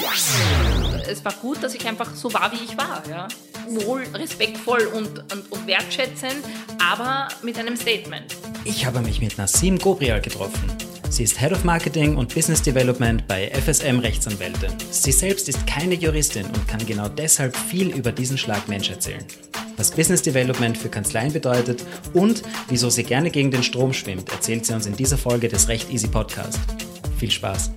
Es war gut, dass ich einfach so war, wie ich war. Ja? Wohl respektvoll und wertschätzend, aber mit einem Statement. Ich habe mich mit Nassim Gobrial getroffen. Sie ist Head of Marketing und Business Development bei FSM Rechtsanwälte. Sie selbst ist keine Juristin und kann genau deshalb viel über diesen Schlag Mensch erzählen. Was Business Development für Kanzleien bedeutet und wieso sie gerne gegen den Strom schwimmt, erzählt sie uns in dieser Folge des Recht Easy Podcast. Viel Spaß!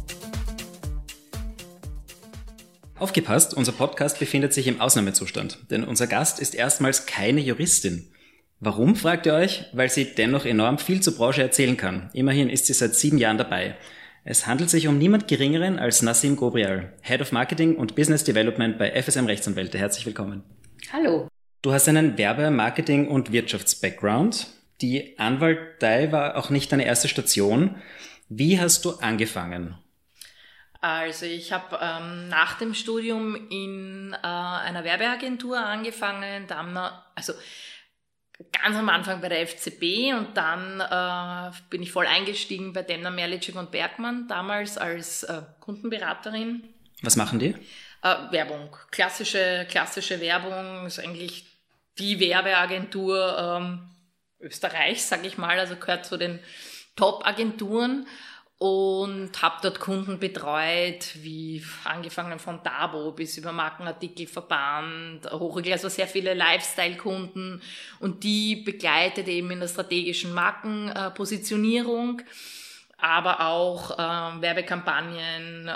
Aufgepasst, unser Podcast befindet sich im Ausnahmezustand, denn unser Gast ist erstmals keine Juristin. Warum, fragt ihr euch? Weil sie dennoch enorm viel zur Branche erzählen kann. Immerhin ist sie seit 7 Jahren dabei. Es handelt sich um niemand Geringeren als Nassim Gobrial, Head of Marketing und Business Development bei FSM Rechtsanwälte. Herzlich willkommen. Hallo. Du hast einen Werbe-, Marketing- und Wirtschafts-Background. Die Anwaltei war auch nicht deine erste Station. Wie hast du angefangen? Also ich habe nach dem Studium in einer Werbeagentur angefangen, ganz am Anfang bei der FCB und dann bin ich voll eingestiegen bei Demner, Merlitschig und Bergmann, damals als Kundenberaterin. Was machen die? Werbung, klassische Werbung, ist eigentlich die Werbeagentur Österreichs, sage ich mal, also gehört zu den Top-Agenturen. Und habe dort Kunden betreut, wie angefangen von Dabo bis über Markenartikelverband, Hochregel, also sehr viele Lifestyle-Kunden und die begleitet eben in der strategischen Markenpositionierung, aber auch Werbekampagnen,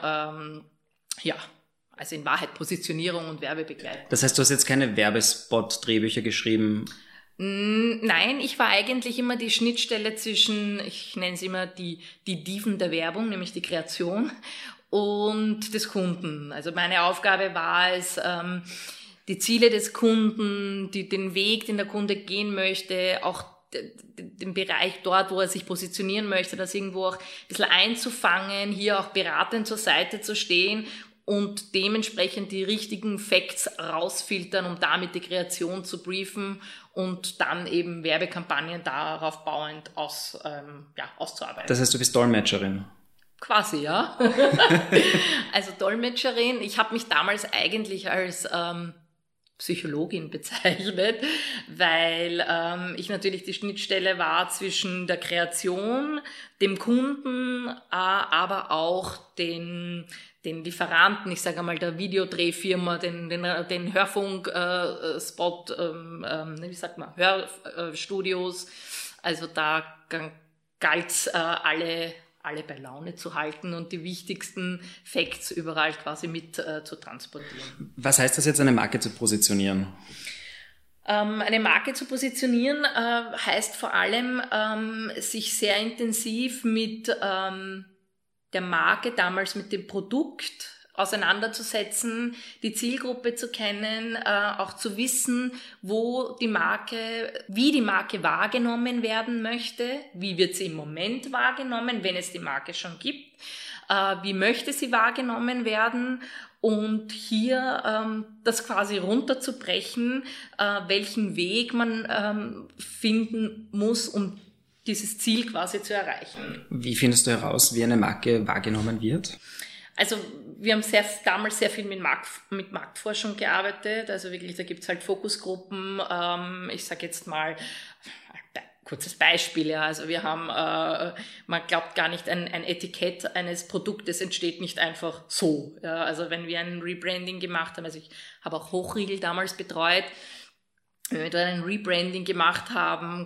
also in Wahrheit Positionierung und Werbebegleitung. Das heißt, du hast jetzt keine Werbespot-Drehbücher geschrieben? Nein, ich war eigentlich immer die Schnittstelle zwischen, ich nenne es immer die Diven der Werbung, nämlich die Kreation und des Kunden. Also meine Aufgabe war es, die Ziele des Kunden, den Weg, den der Kunde gehen möchte, auch den Bereich dort, wo er sich positionieren möchte, das irgendwo auch ein bisschen einzufangen, hier auch beratend zur Seite zu stehen und dementsprechend die richtigen Facts rausfiltern, um damit die Kreation zu briefen und dann eben Werbekampagnen darauf bauend auszuarbeiten. Das heißt, du bist Dolmetscherin? Quasi, ja. Also Dolmetscherin. Ich habe mich damals eigentlich als Psychologin bezeichnet, weil ich natürlich die Schnittstelle war zwischen der Kreation, dem Kunden, aber auch den Lieferanten, ich sage einmal der Videodrehfirma, den Hörfunk-Spot, Hörstudios. Also da galt's alle bei Laune zu halten und die wichtigsten Facts überall quasi mit zu transportieren. Was heißt das jetzt, eine Marke zu positionieren? Eine Marke zu positionieren heißt vor allem, sich sehr intensiv mit der Marke, damals mit dem Produkt auseinanderzusetzen, die Zielgruppe zu kennen, auch zu wissen, wie die Marke wahrgenommen werden möchte, wie wird sie im Moment wahrgenommen, wenn es die Marke schon gibt, wie möchte sie wahrgenommen werden und hier das quasi runterzubrechen, welchen Weg man finden muss, um dieses Ziel quasi zu erreichen. Wie findest du heraus, wie eine Marke wahrgenommen wird? Also wir haben damals sehr viel mit Marktforschung gearbeitet, also wirklich, da gibt's halt Fokusgruppen, ich sage jetzt mal, kurzes Beispiel, ja, also wir haben, man glaubt gar nicht, ein Etikett eines Produktes entsteht nicht einfach so, ja, also wenn wir ein Rebranding gemacht haben, also ich habe auch Hochriegel damals betreut, wenn wir da ein Rebranding gemacht haben,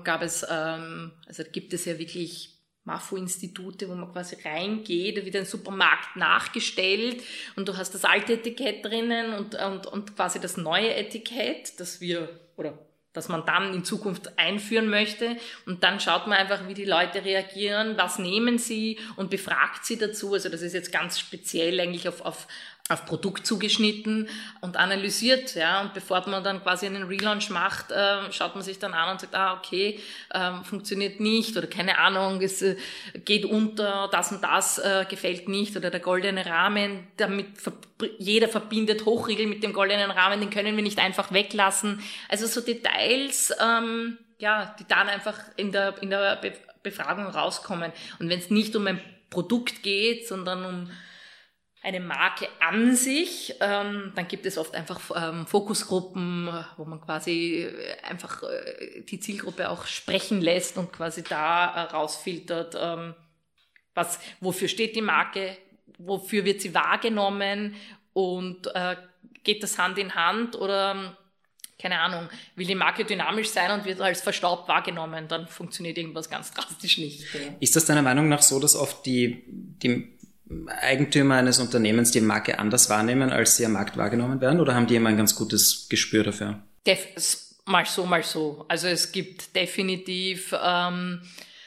gibt es ja wirklich Mafo-Institute, wo man quasi reingeht, da wird ein Supermarkt nachgestellt und du hast das alte Etikett drinnen und quasi das neue Etikett, das man dann in Zukunft einführen möchte. Und dann schaut man einfach, wie die Leute reagieren, was nehmen sie und befragt sie dazu. Also das ist jetzt ganz speziell eigentlich auf Produkt zugeschnitten und analysiert, ja, und bevor man dann quasi einen Relaunch macht, schaut man sich dann an und sagt, okay, funktioniert nicht oder keine Ahnung, es geht unter, das und das gefällt nicht oder der goldene Rahmen, jeder verbindet Hochriegel mit dem goldenen Rahmen, den können wir nicht einfach weglassen. Also so Details, die dann einfach in der Befragung rauskommen. Und wenn es nicht um ein Produkt geht, sondern um eine Marke an sich. Dann gibt es oft einfach Fokusgruppen, wo man quasi einfach die Zielgruppe auch sprechen lässt und quasi da rausfiltert, wofür steht die Marke, wofür wird sie wahrgenommen und geht das Hand in Hand oder, keine Ahnung, will die Marke dynamisch sein und wird als verstaubt wahrgenommen, dann funktioniert irgendwas ganz drastisch nicht. Ist das deiner Meinung nach so, dass oft die Eigentümer eines Unternehmens die Marke anders wahrnehmen, als sie am Markt wahrgenommen werden? Oder haben die immer ein ganz gutes Gespür dafür? Mal so, mal so. Also es gibt definitiv, du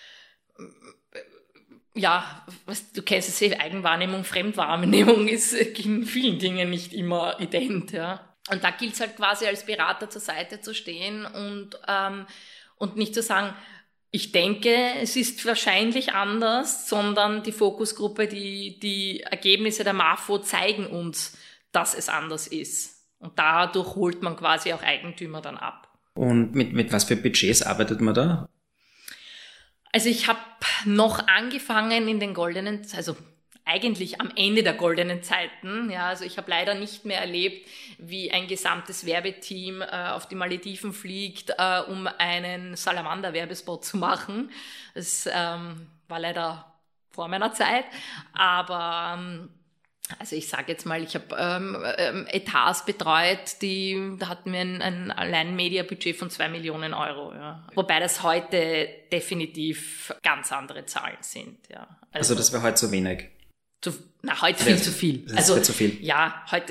kennst es ja, Eigenwahrnehmung, Fremdwahrnehmung ist in vielen Dingen nicht immer ident, ja. Und da gilt es halt quasi als Berater zur Seite zu stehen und nicht zu sagen, ich denke, es ist wahrscheinlich anders, sondern die Fokusgruppe, die Ergebnisse der MAFO zeigen uns, dass es anders ist. Und dadurch holt man quasi auch Eigentümer dann ab. Und mit was für Budgets arbeitet man da? Also ich habe noch angefangen in den eigentlich am Ende der goldenen Zeiten. Ja, also ich habe leider nicht mehr erlebt, wie ein gesamtes Werbeteam auf die Malediven fliegt, um einen Salamander-Werbespot zu machen. Das war leider vor meiner Zeit. Aber also ich sage jetzt mal, ich habe Etats betreut, da hatten wir ein Allein-Media-Budget von 2 Millionen Euro. Ja. Wobei das heute definitiv ganz andere Zahlen sind. Ja. Also das wäre heute so wenig? Heute viel zu viel. Das ist zu viel. Ja, heute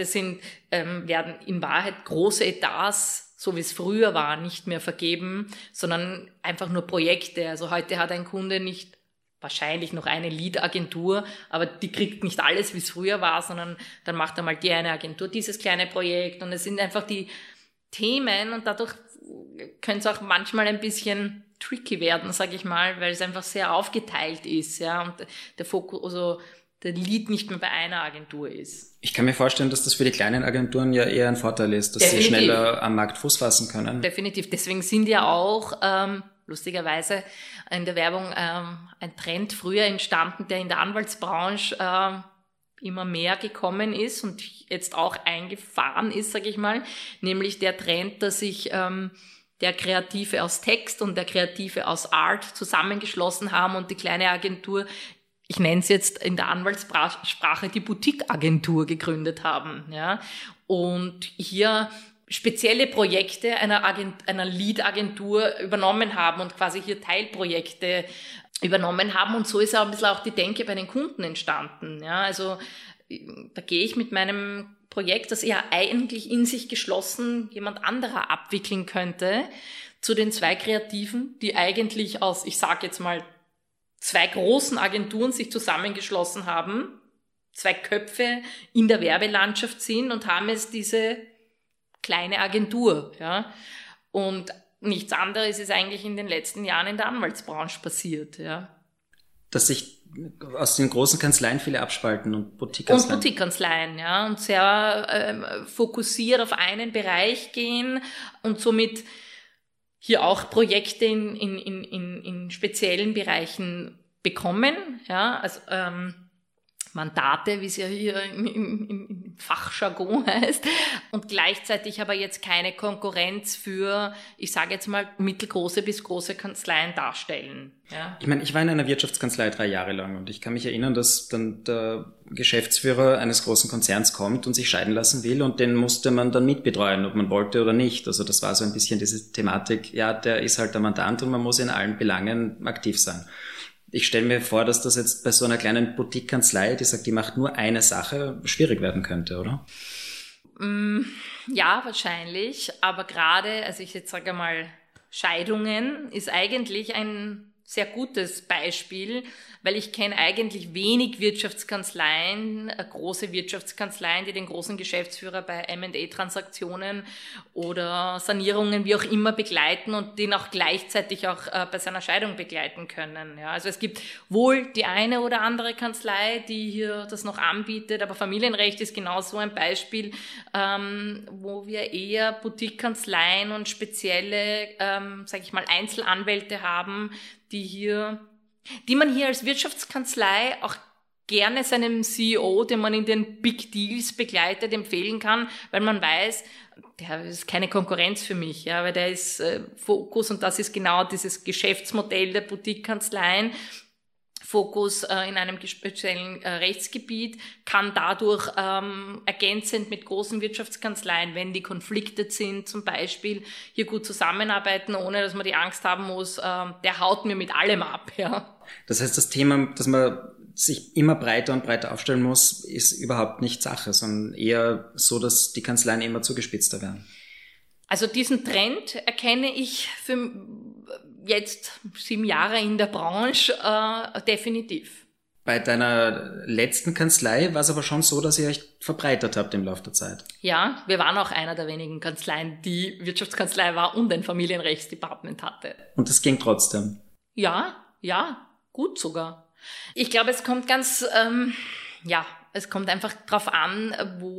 werden in Wahrheit große Etats, so wie es früher war, nicht mehr vergeben, sondern einfach nur Projekte. Also heute hat ein Kunde wahrscheinlich noch eine Lead-Agentur, aber die kriegt nicht alles, wie es früher war, sondern dann macht einmal die eine Agentur dieses kleine Projekt und es sind einfach die Themen und dadurch können es auch manchmal ein bisschen tricky werden, sage ich mal, weil es einfach sehr aufgeteilt ist, ja, und der Fokus, also der Lead nicht mehr bei einer Agentur ist. Ich kann mir vorstellen, dass das für die kleinen Agenturen ja eher ein Vorteil ist, dass sie schneller am Markt Fuß fassen können. Definitiv. Deswegen sind ja auch lustigerweise in der Werbung ein Trend früher entstanden, der in der Anwaltsbranche immer mehr gekommen ist und jetzt auch eingefahren ist, sage ich mal, nämlich der Trend, dass sich der Kreative aus Text und der Kreative aus Art zusammengeschlossen haben und die kleine Agentur, ich nenne es jetzt in der Anwaltssprache, die Boutique-Agentur gegründet haben. Ja? Und hier spezielle Projekte einer Lead-Agentur übernommen haben und quasi hier Teilprojekte übernommen haben. Und so ist auch ein bisschen auch die Denke bei den Kunden entstanden. Ja? Also da gehe ich mit meinem Projekt, das ja eigentlich in sich geschlossen jemand anderer abwickeln könnte, zu den 2 Kreativen, die eigentlich aus, ich sage jetzt mal, 2 großen Agenturen sich zusammengeschlossen haben, 2 Köpfe in der Werbelandschaft sind und haben jetzt diese kleine Agentur. Ja? Und nichts anderes ist eigentlich in den letzten Jahren in der Anwaltsbranche passiert. Ja? Dass sich aus den großen Kanzleien viele abspalten und Boutique-Kanzleien. Und Boutique-Kanzleien, ja, und sehr fokussiert auf einen Bereich gehen und somit hier auch Projekte in speziellen Bereichen bekommen, ja, also Mandate, wie es ja hier im Fachjargon heißt, und gleichzeitig aber jetzt keine Konkurrenz für, ich sage jetzt mal, mittelgroße bis große Kanzleien darstellen. Ja. Ich meine, ich war in einer Wirtschaftskanzlei 3 Jahre lang und ich kann mich erinnern, dass dann der Geschäftsführer eines großen Konzerns kommt und sich scheiden lassen will und den musste man dann mitbetreuen, ob man wollte oder nicht. Also das war so ein bisschen diese Thematik, ja, der ist halt der Mandant und man muss in allen Belangen aktiv sein. Ich stelle mir vor, dass das jetzt bei so einer kleinen Boutique-Kanzlei, die sagt, die macht nur eine Sache, schwierig werden könnte, oder? Ja, wahrscheinlich. Aber gerade, also ich jetzt sage mal, Scheidungen ist eigentlich ein sehr gutes Beispiel, weil ich kenne eigentlich wenig Wirtschaftskanzleien, große Wirtschaftskanzleien, die den großen Geschäftsführer bei M&A-Transaktionen oder Sanierungen, wie auch immer, begleiten und den auch gleichzeitig auch bei seiner Scheidung begleiten können. Ja, also es gibt wohl die eine oder andere Kanzlei, die hier das noch anbietet, aber Familienrecht ist genau so ein Beispiel, wo wir eher Boutique-Kanzleien und spezielle, sage ich mal, Einzelanwälte haben, die man hier als Wirtschaftskanzlei auch gerne seinem CEO, den man in den Big Deals begleitet, empfehlen kann, weil man weiß, der ist keine Konkurrenz für mich, ja, weil der ist Fokus, und das ist genau dieses Geschäftsmodell der Boutique-Kanzleien. Fokus in einem speziellen Rechtsgebiet, kann dadurch ergänzend mit großen Wirtschaftskanzleien, wenn die konfliktet sind, zum Beispiel hier gut zusammenarbeiten, ohne dass man die Angst haben muss, der haut mir mit allem ab. Ja. Das heißt, das Thema, dass man sich immer breiter und breiter aufstellen muss, ist überhaupt nicht Sache, sondern eher so, dass die Kanzleien immer zugespitzter werden. Also diesen Trend erkenne ich für jetzt 7 Jahre in der Branche definitiv. Bei deiner letzten Kanzlei war es aber schon so, dass ihr euch verbreitert habt im Laufe der Zeit. Ja, wir waren auch einer der wenigen Kanzleien, die Wirtschaftskanzlei war und ein Familienrechtsdepartement hatte. Und das ging trotzdem? Ja, gut sogar. Ich glaube, es kommt es kommt einfach drauf an,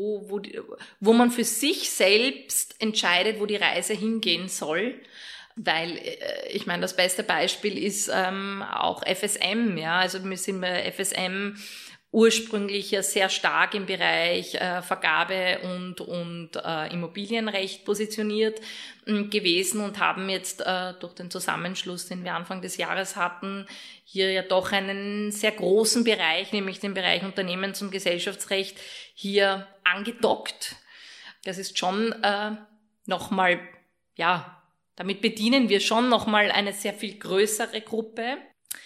wo man für sich selbst entscheidet, wo die Reise hingehen soll. Weil, ich meine, das beste Beispiel ist auch FSM, ja. Also wir sind bei FSM ursprünglich ja sehr stark im Bereich Vergabe und Immobilienrecht positioniert gewesen und haben jetzt durch den Zusammenschluss, den wir Anfang des Jahres hatten, hier ja doch einen sehr großen Bereich, nämlich den Bereich Unternehmens- und Gesellschaftsrecht, hier angedockt. Das ist schon nochmal, damit bedienen wir schon nochmal eine sehr viel größere Gruppe,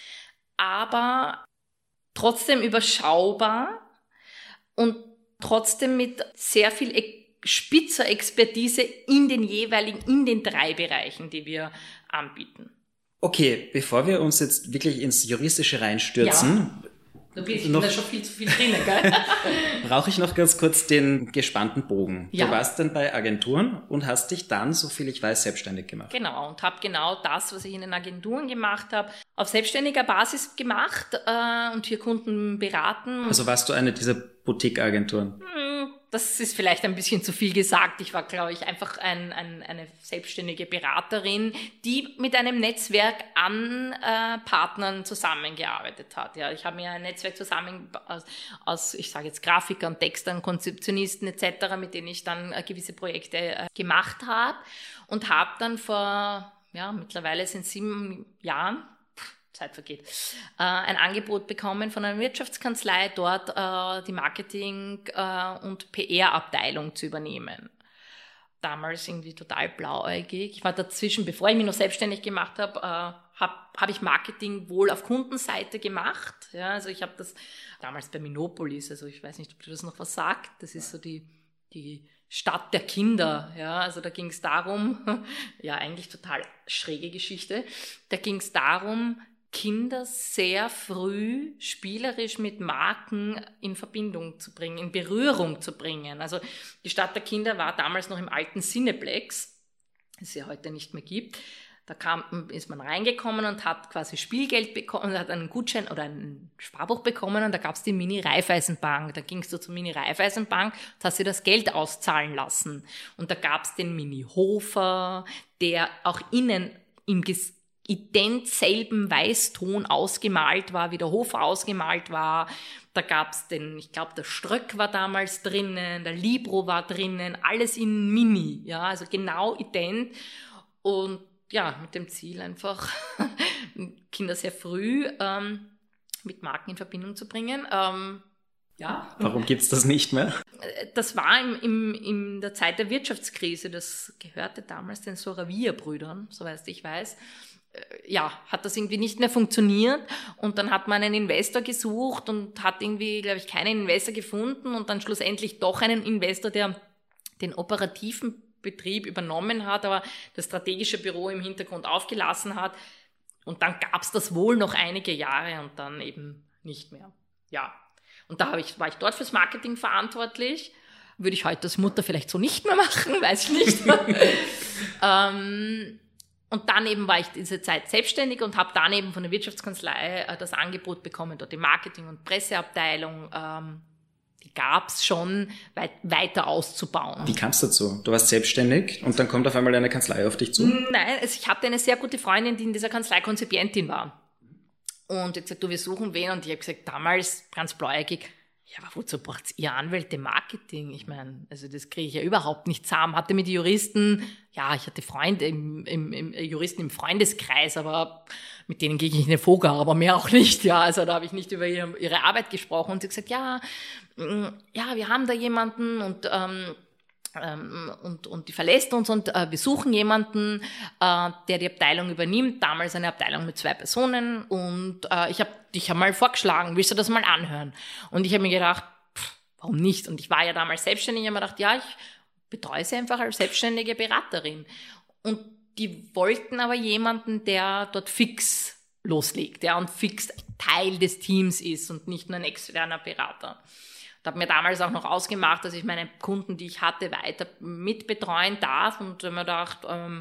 aber trotzdem überschaubar und trotzdem mit sehr viel spitzer Expertise in den 3 Bereichen, die wir anbieten. Okay, bevor wir uns jetzt wirklich ins Juristische reinstürzen, du bist da schon viel zu viel drin, gell? Brauche ich noch ganz kurz den gespannten Bogen. Ja. Du warst dann bei Agenturen und hast dich dann, soviel ich weiß, selbstständig gemacht. Genau, und habe genau das, was ich in den Agenturen gemacht habe, auf selbstständiger Basis gemacht und hier Kunden beraten. Also warst du eine dieser Boutique-Agenturen? Das ist vielleicht ein bisschen zu viel gesagt. Ich war, glaube ich, einfach eine selbstständige Beraterin, die mit einem Netzwerk an Partnern zusammengearbeitet hat. Ja, ich habe mir ein Netzwerk aus ich sage jetzt Grafikern, Textern, Konzeptionisten etc., mit denen ich dann gewisse Projekte gemacht habe und habe dann mittlerweile sind 7 Jahren, Zeit vergeht, ein Angebot bekommen von einer Wirtschaftskanzlei, dort die Marketing- und PR-Abteilung zu übernehmen. Damals irgendwie total blauäugig. Ich war dazwischen, bevor ich mich noch selbstständig gemacht habe, habe ich Marketing wohl auf Kundenseite gemacht. Ja, also ich habe das damals bei Minopolis, also ich weiß nicht, ob du das noch was sagt, das ist so die Stadt der Kinder, ja, also da ging es darum, ja, eigentlich total schräge Geschichte, da ging es darum, Kinder sehr früh spielerisch mit Marken in Verbindung zu bringen, in Berührung zu bringen. Also die Stadt der Kinder war damals noch im alten Cineplex, das es ja heute nicht mehr gibt. Da ist man reingekommen und hat quasi Spielgeld bekommen, hat einen Gutschein oder ein Sparbuch bekommen und da gab es die Mini-Raiffeisenbank. Da gingst du zur Mini-Raiffeisenbank und hast dir das Geld auszahlen lassen. Und da gab es den Mini-Hofer, der auch innen im ident selben Weißton ausgemalt war, wie der Hofer ausgemalt war. Da gab's ich glaube, der Ströck war damals drinnen, der Libro war drinnen, alles in Mini, ja, also genau ident. Und ja, mit dem Ziel einfach, Kinder sehr früh mit Marken in Verbindung zu bringen. Ja. Warum gibt's das nicht mehr? Das war in der Zeit der Wirtschaftskrise, das gehörte damals den Soravia-Brüdern, soweit ich weiß. Ja, hat das irgendwie nicht mehr funktioniert und dann hat man einen Investor gesucht und hat irgendwie, glaube ich, keinen Investor gefunden und dann schlussendlich doch einen Investor, der den operativen Betrieb übernommen hat, aber das strategische Büro im Hintergrund aufgelassen hat und dann gab es das wohl noch einige Jahre und dann eben nicht mehr. Ja, und da war ich dort fürs Marketing verantwortlich. Würde ich heute als Mutter vielleicht so nicht mehr machen, weiß ich nicht. Und dann eben war ich diese Zeit selbstständig und habe dann eben von der Wirtschaftskanzlei das Angebot bekommen, dort die Marketing- und Presseabteilung, die gab es schon, weiter auszubauen. Wie kam es dazu? Du warst selbstständig und dann kommt auf einmal eine Kanzlei auf dich zu? Nein, ich hatte eine sehr gute Freundin, die in dieser Kanzlei Konzipientin war. Und jetzt sagt, du, wir suchen wen. Und ich habe gesagt, damals ganz blauäugig, ja, aber wozu braucht ihr Anwälte Marketing? Ich meine, also das kriege ich ja überhaupt nicht zusammen. Hatte mit Juristen, ja, ich hatte Freunde Juristen im Freundeskreis, aber mit denen gehe ich nicht in den Vogel, aber mehr auch nicht, ja. Also da habe ich nicht über ihre Arbeit gesprochen. Und sie hat gesagt, ja, wir haben da jemanden und die verlässt uns und wir suchen jemanden, der die Abteilung übernimmt, damals eine Abteilung mit 2 Personen und ich habe dich mal vorgeschlagen, willst du das mal anhören? Und ich habe mir gedacht, warum nicht? Und ich war ja damals selbstständig, ich habe mir gedacht, ja, ich betreue sie einfach als selbstständige Beraterin. Und die wollten aber jemanden, der dort fix loslegt, ja, und fix Teil des Teams ist und nicht nur ein externer Berater. Ich habe mir damals auch noch ausgemacht, dass ich meine Kunden, die ich hatte, weiter mitbetreuen darf und mir gedacht,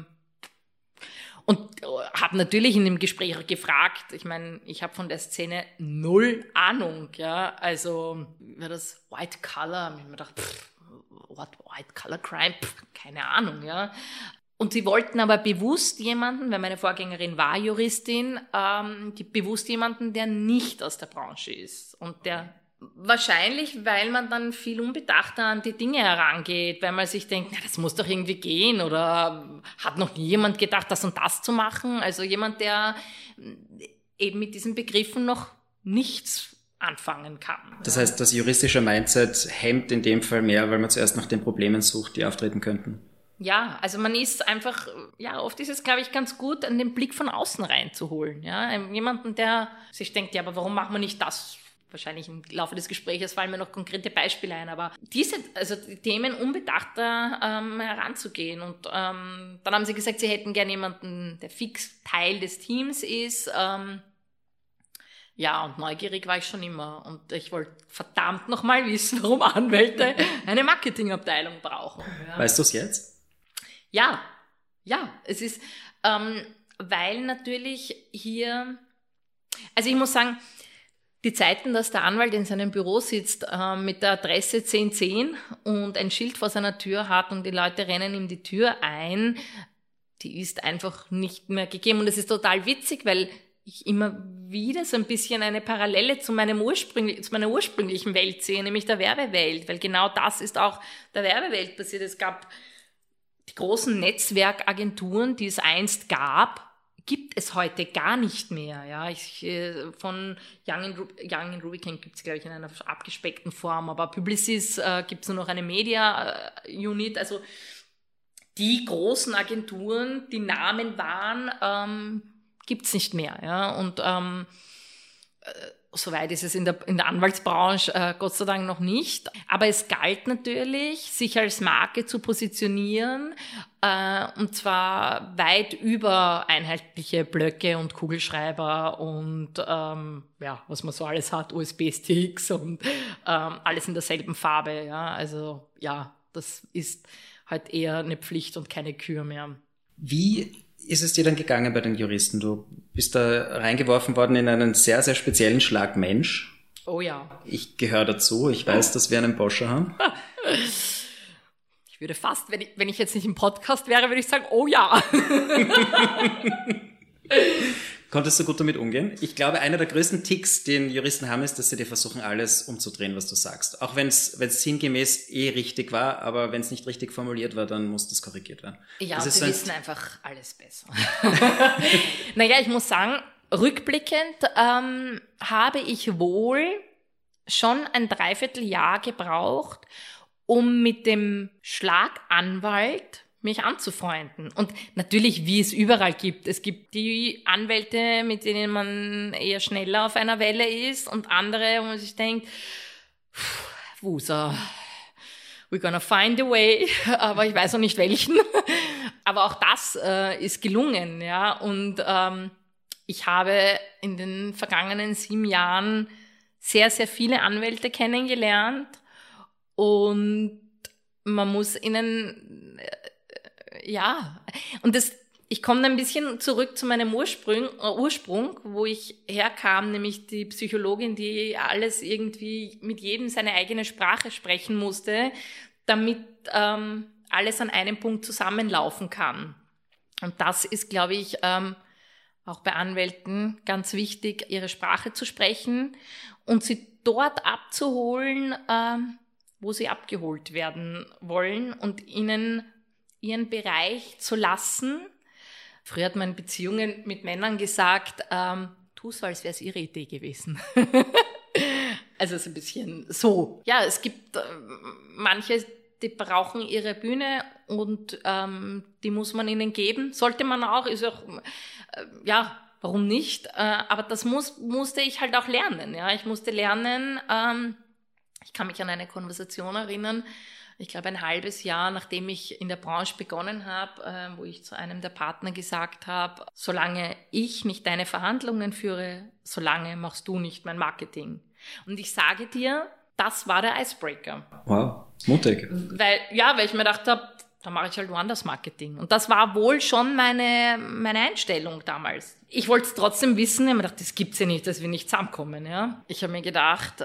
und habe natürlich in dem Gespräch gefragt, ich meine, ich habe von der Szene 0 Ahnung, ja, also war das White Collar, ich habe mir gedacht, what White Collar Crime, keine Ahnung, ja. Und sie wollten aber bewusst jemanden, weil meine Vorgängerin war Juristin, bewusst jemanden, der nicht aus der Branche ist und der wahrscheinlich, weil man dann viel unbedachter an die Dinge herangeht, weil man sich denkt, na, das muss doch irgendwie gehen oder hat noch nie jemand gedacht, das und das zu machen. Also jemand, der eben mit diesen Begriffen noch nichts anfangen kann. Das heißt, das juristische Mindset hemmt in dem Fall mehr, weil man zuerst nach den Problemen sucht, die auftreten könnten. Ja, also man ist einfach, ja, oft ist es, glaube ich, ganz gut, an den Blick von außen reinzuholen. Ja, jemanden, der sich denkt, ja, aber warum machen wir nicht das? Wahrscheinlich im Laufe des Gesprächs fallen mir noch konkrete Beispiele ein, aber die Themen unbedachter heranzugehen. Und dann haben sie gesagt, sie hätten gerne jemanden, der fix Teil des Teams ist. Ja, und neugierig war ich schon immer. Und ich wollte verdammt nochmal wissen, warum Anwälte eine Marketingabteilung brauchen. Ja. Weißt du es jetzt? Ja, es ist, weil natürlich hier, also ich muss sagen, die Zeiten, dass der Anwalt in seinem Büro sitzt mit der Adresse 1010 und ein Schild vor seiner Tür hat und die Leute rennen ihm die Tür ein, die ist einfach nicht mehr gegeben. Und es ist total witzig, weil ich immer wieder so ein bisschen eine Parallele zu meiner ursprünglichen Welt sehe, nämlich der Werbewelt, weil genau das ist auch der Werbewelt passiert. Es gab die großen Netzwerkagenturen, die es einst gab, gibt es heute gar nicht mehr. Ja, von Young & Rubicam gibt es, glaube ich, in einer abgespeckten Form, aber Publicis gibt es nur noch eine Media-Unit. Also die großen Agenturen, die Namen waren, gibt es nicht mehr. Ja, und soweit ist es in der Anwaltsbranche Gott sei Dank noch nicht. Aber es galt natürlich, sich als Marke zu positionieren, und zwar weit über einheitliche Blöcke und Kugelschreiber und was man so alles hat, USB-Sticks und alles in derselben Farbe. Ja, also ja, das ist halt eher eine Pflicht und keine Kür mehr. Wie ist es dir dann gegangen bei den Juristen? Du bist da reingeworfen worden in einen sehr, sehr speziellen Schlag Mensch. Oh ja. Ich gehöre dazu. Ich weiß, dass wir einen Boscher haben. Ich würde fast, wenn ich jetzt nicht im Podcast wäre, würde ich sagen, oh ja. Konntest du gut damit umgehen? Ich glaube, einer der größten Ticks, den Juristen haben, ist, dass sie dir versuchen, alles umzudrehen, was du sagst. Auch wenn es sinngemäß richtig war, aber wenn es nicht richtig formuliert war, dann muss das korrigiert werden. Ja, sie wissen einfach alles besser. Naja, ich muss sagen, rückblickend habe ich wohl schon ein Dreivierteljahr gebraucht, um mit dem Schlaganwalt mich anzufreunden. Und natürlich, wie es überall gibt. Es gibt die Anwälte, mit denen man eher schneller auf einer Welle ist und andere, wo man sich denkt, Wusa, we're gonna find a way, aber ich weiß noch nicht welchen. Aber auch das ist gelungen, ja. Und ich habe in den vergangenen 7 Jahren sehr, sehr viele Anwälte kennengelernt und man muss ihnen und ich komme ein bisschen zurück zu meinem Ursprung, wo ich herkam, nämlich die Psychologin, die alles irgendwie mit jedem seine eigene Sprache sprechen musste, damit alles an einem Punkt zusammenlaufen kann. Und das ist, glaube ich, auch bei Anwälten ganz wichtig, ihre Sprache zu sprechen und sie dort abzuholen, wo sie abgeholt werden wollen und ihnen ihren Bereich zu lassen. Früher hat man in Beziehungen mit Männern gesagt, tu so, als wäre es ihre Idee gewesen. Also so ein bisschen so. Ja, es gibt manche, die brauchen ihre Bühne und die muss man ihnen geben. Sollte man auch, ist auch, warum nicht? Aber das musste ich halt auch lernen. Ja, ich musste lernen, ich kann mich an eine Konversation erinnern, ich glaube ein halbes Jahr, nachdem ich in der Branche begonnen habe, wo ich zu einem der Partner gesagt habe, solange ich nicht deine Verhandlungen führe, solange machst du nicht mein Marketing. Und ich sage dir, das war der Icebreaker. Wow, mutig. Weil ich mir gedacht habe, da mache ich halt woanders Marketing. Und das war wohl schon meine Einstellung damals. Ich wollte es trotzdem wissen. Ich habe mir gedacht, das gibt's ja nicht, dass wir nicht zusammenkommen. Ja? Ich habe mir gedacht,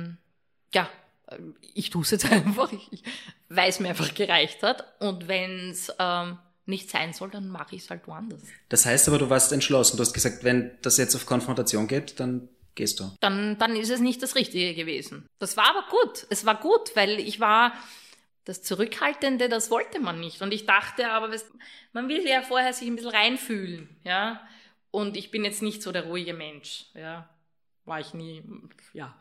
ich tue es jetzt einfach, weil es mir einfach gereicht hat. Und wenn es nicht sein soll, dann mache ich es halt woanders. Das heißt aber, du warst entschlossen. Du hast gesagt, wenn das jetzt auf Konfrontation geht, dann gehst du. Dann ist es nicht das Richtige gewesen. Das war aber gut. Es war gut, weil ich war das Zurückhaltende, das wollte man nicht. Und ich dachte aber, man will ja vorher sich ein bisschen reinfühlen. Ja? Und ich bin jetzt nicht so der ruhige Mensch. Ja? War ich nie, ja.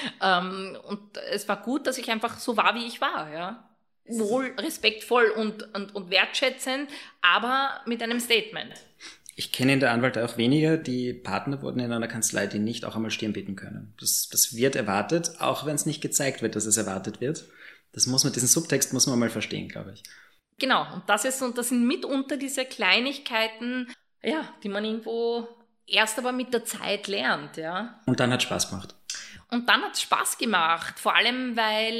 Und es war gut, dass ich einfach so war, wie ich war, ja. Wohl respektvoll und wertschätzend, aber mit einem Statement. Ich kenne in der Anwalt auch wenige, die Partner wurden in einer Kanzlei, die nicht auch einmal Stirn bieten können. Das wird erwartet, auch wenn es nicht gezeigt wird, dass es erwartet wird. Diesen Subtext muss man mal verstehen, glaube ich. Genau, und das sind mitunter diese Kleinigkeiten, ja, die man irgendwo erst aber mit der Zeit lernt, ja. Und dann hat es Spaß gemacht. Und dann hat es Spaß gemacht, vor allem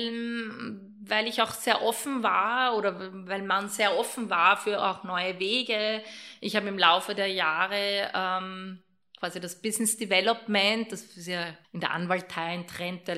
weil ich auch sehr offen war oder weil man sehr offen war für auch neue Wege. Ich habe im Laufe der Jahre quasi das Business Development, das ist ja in der Anwaltei ein Trend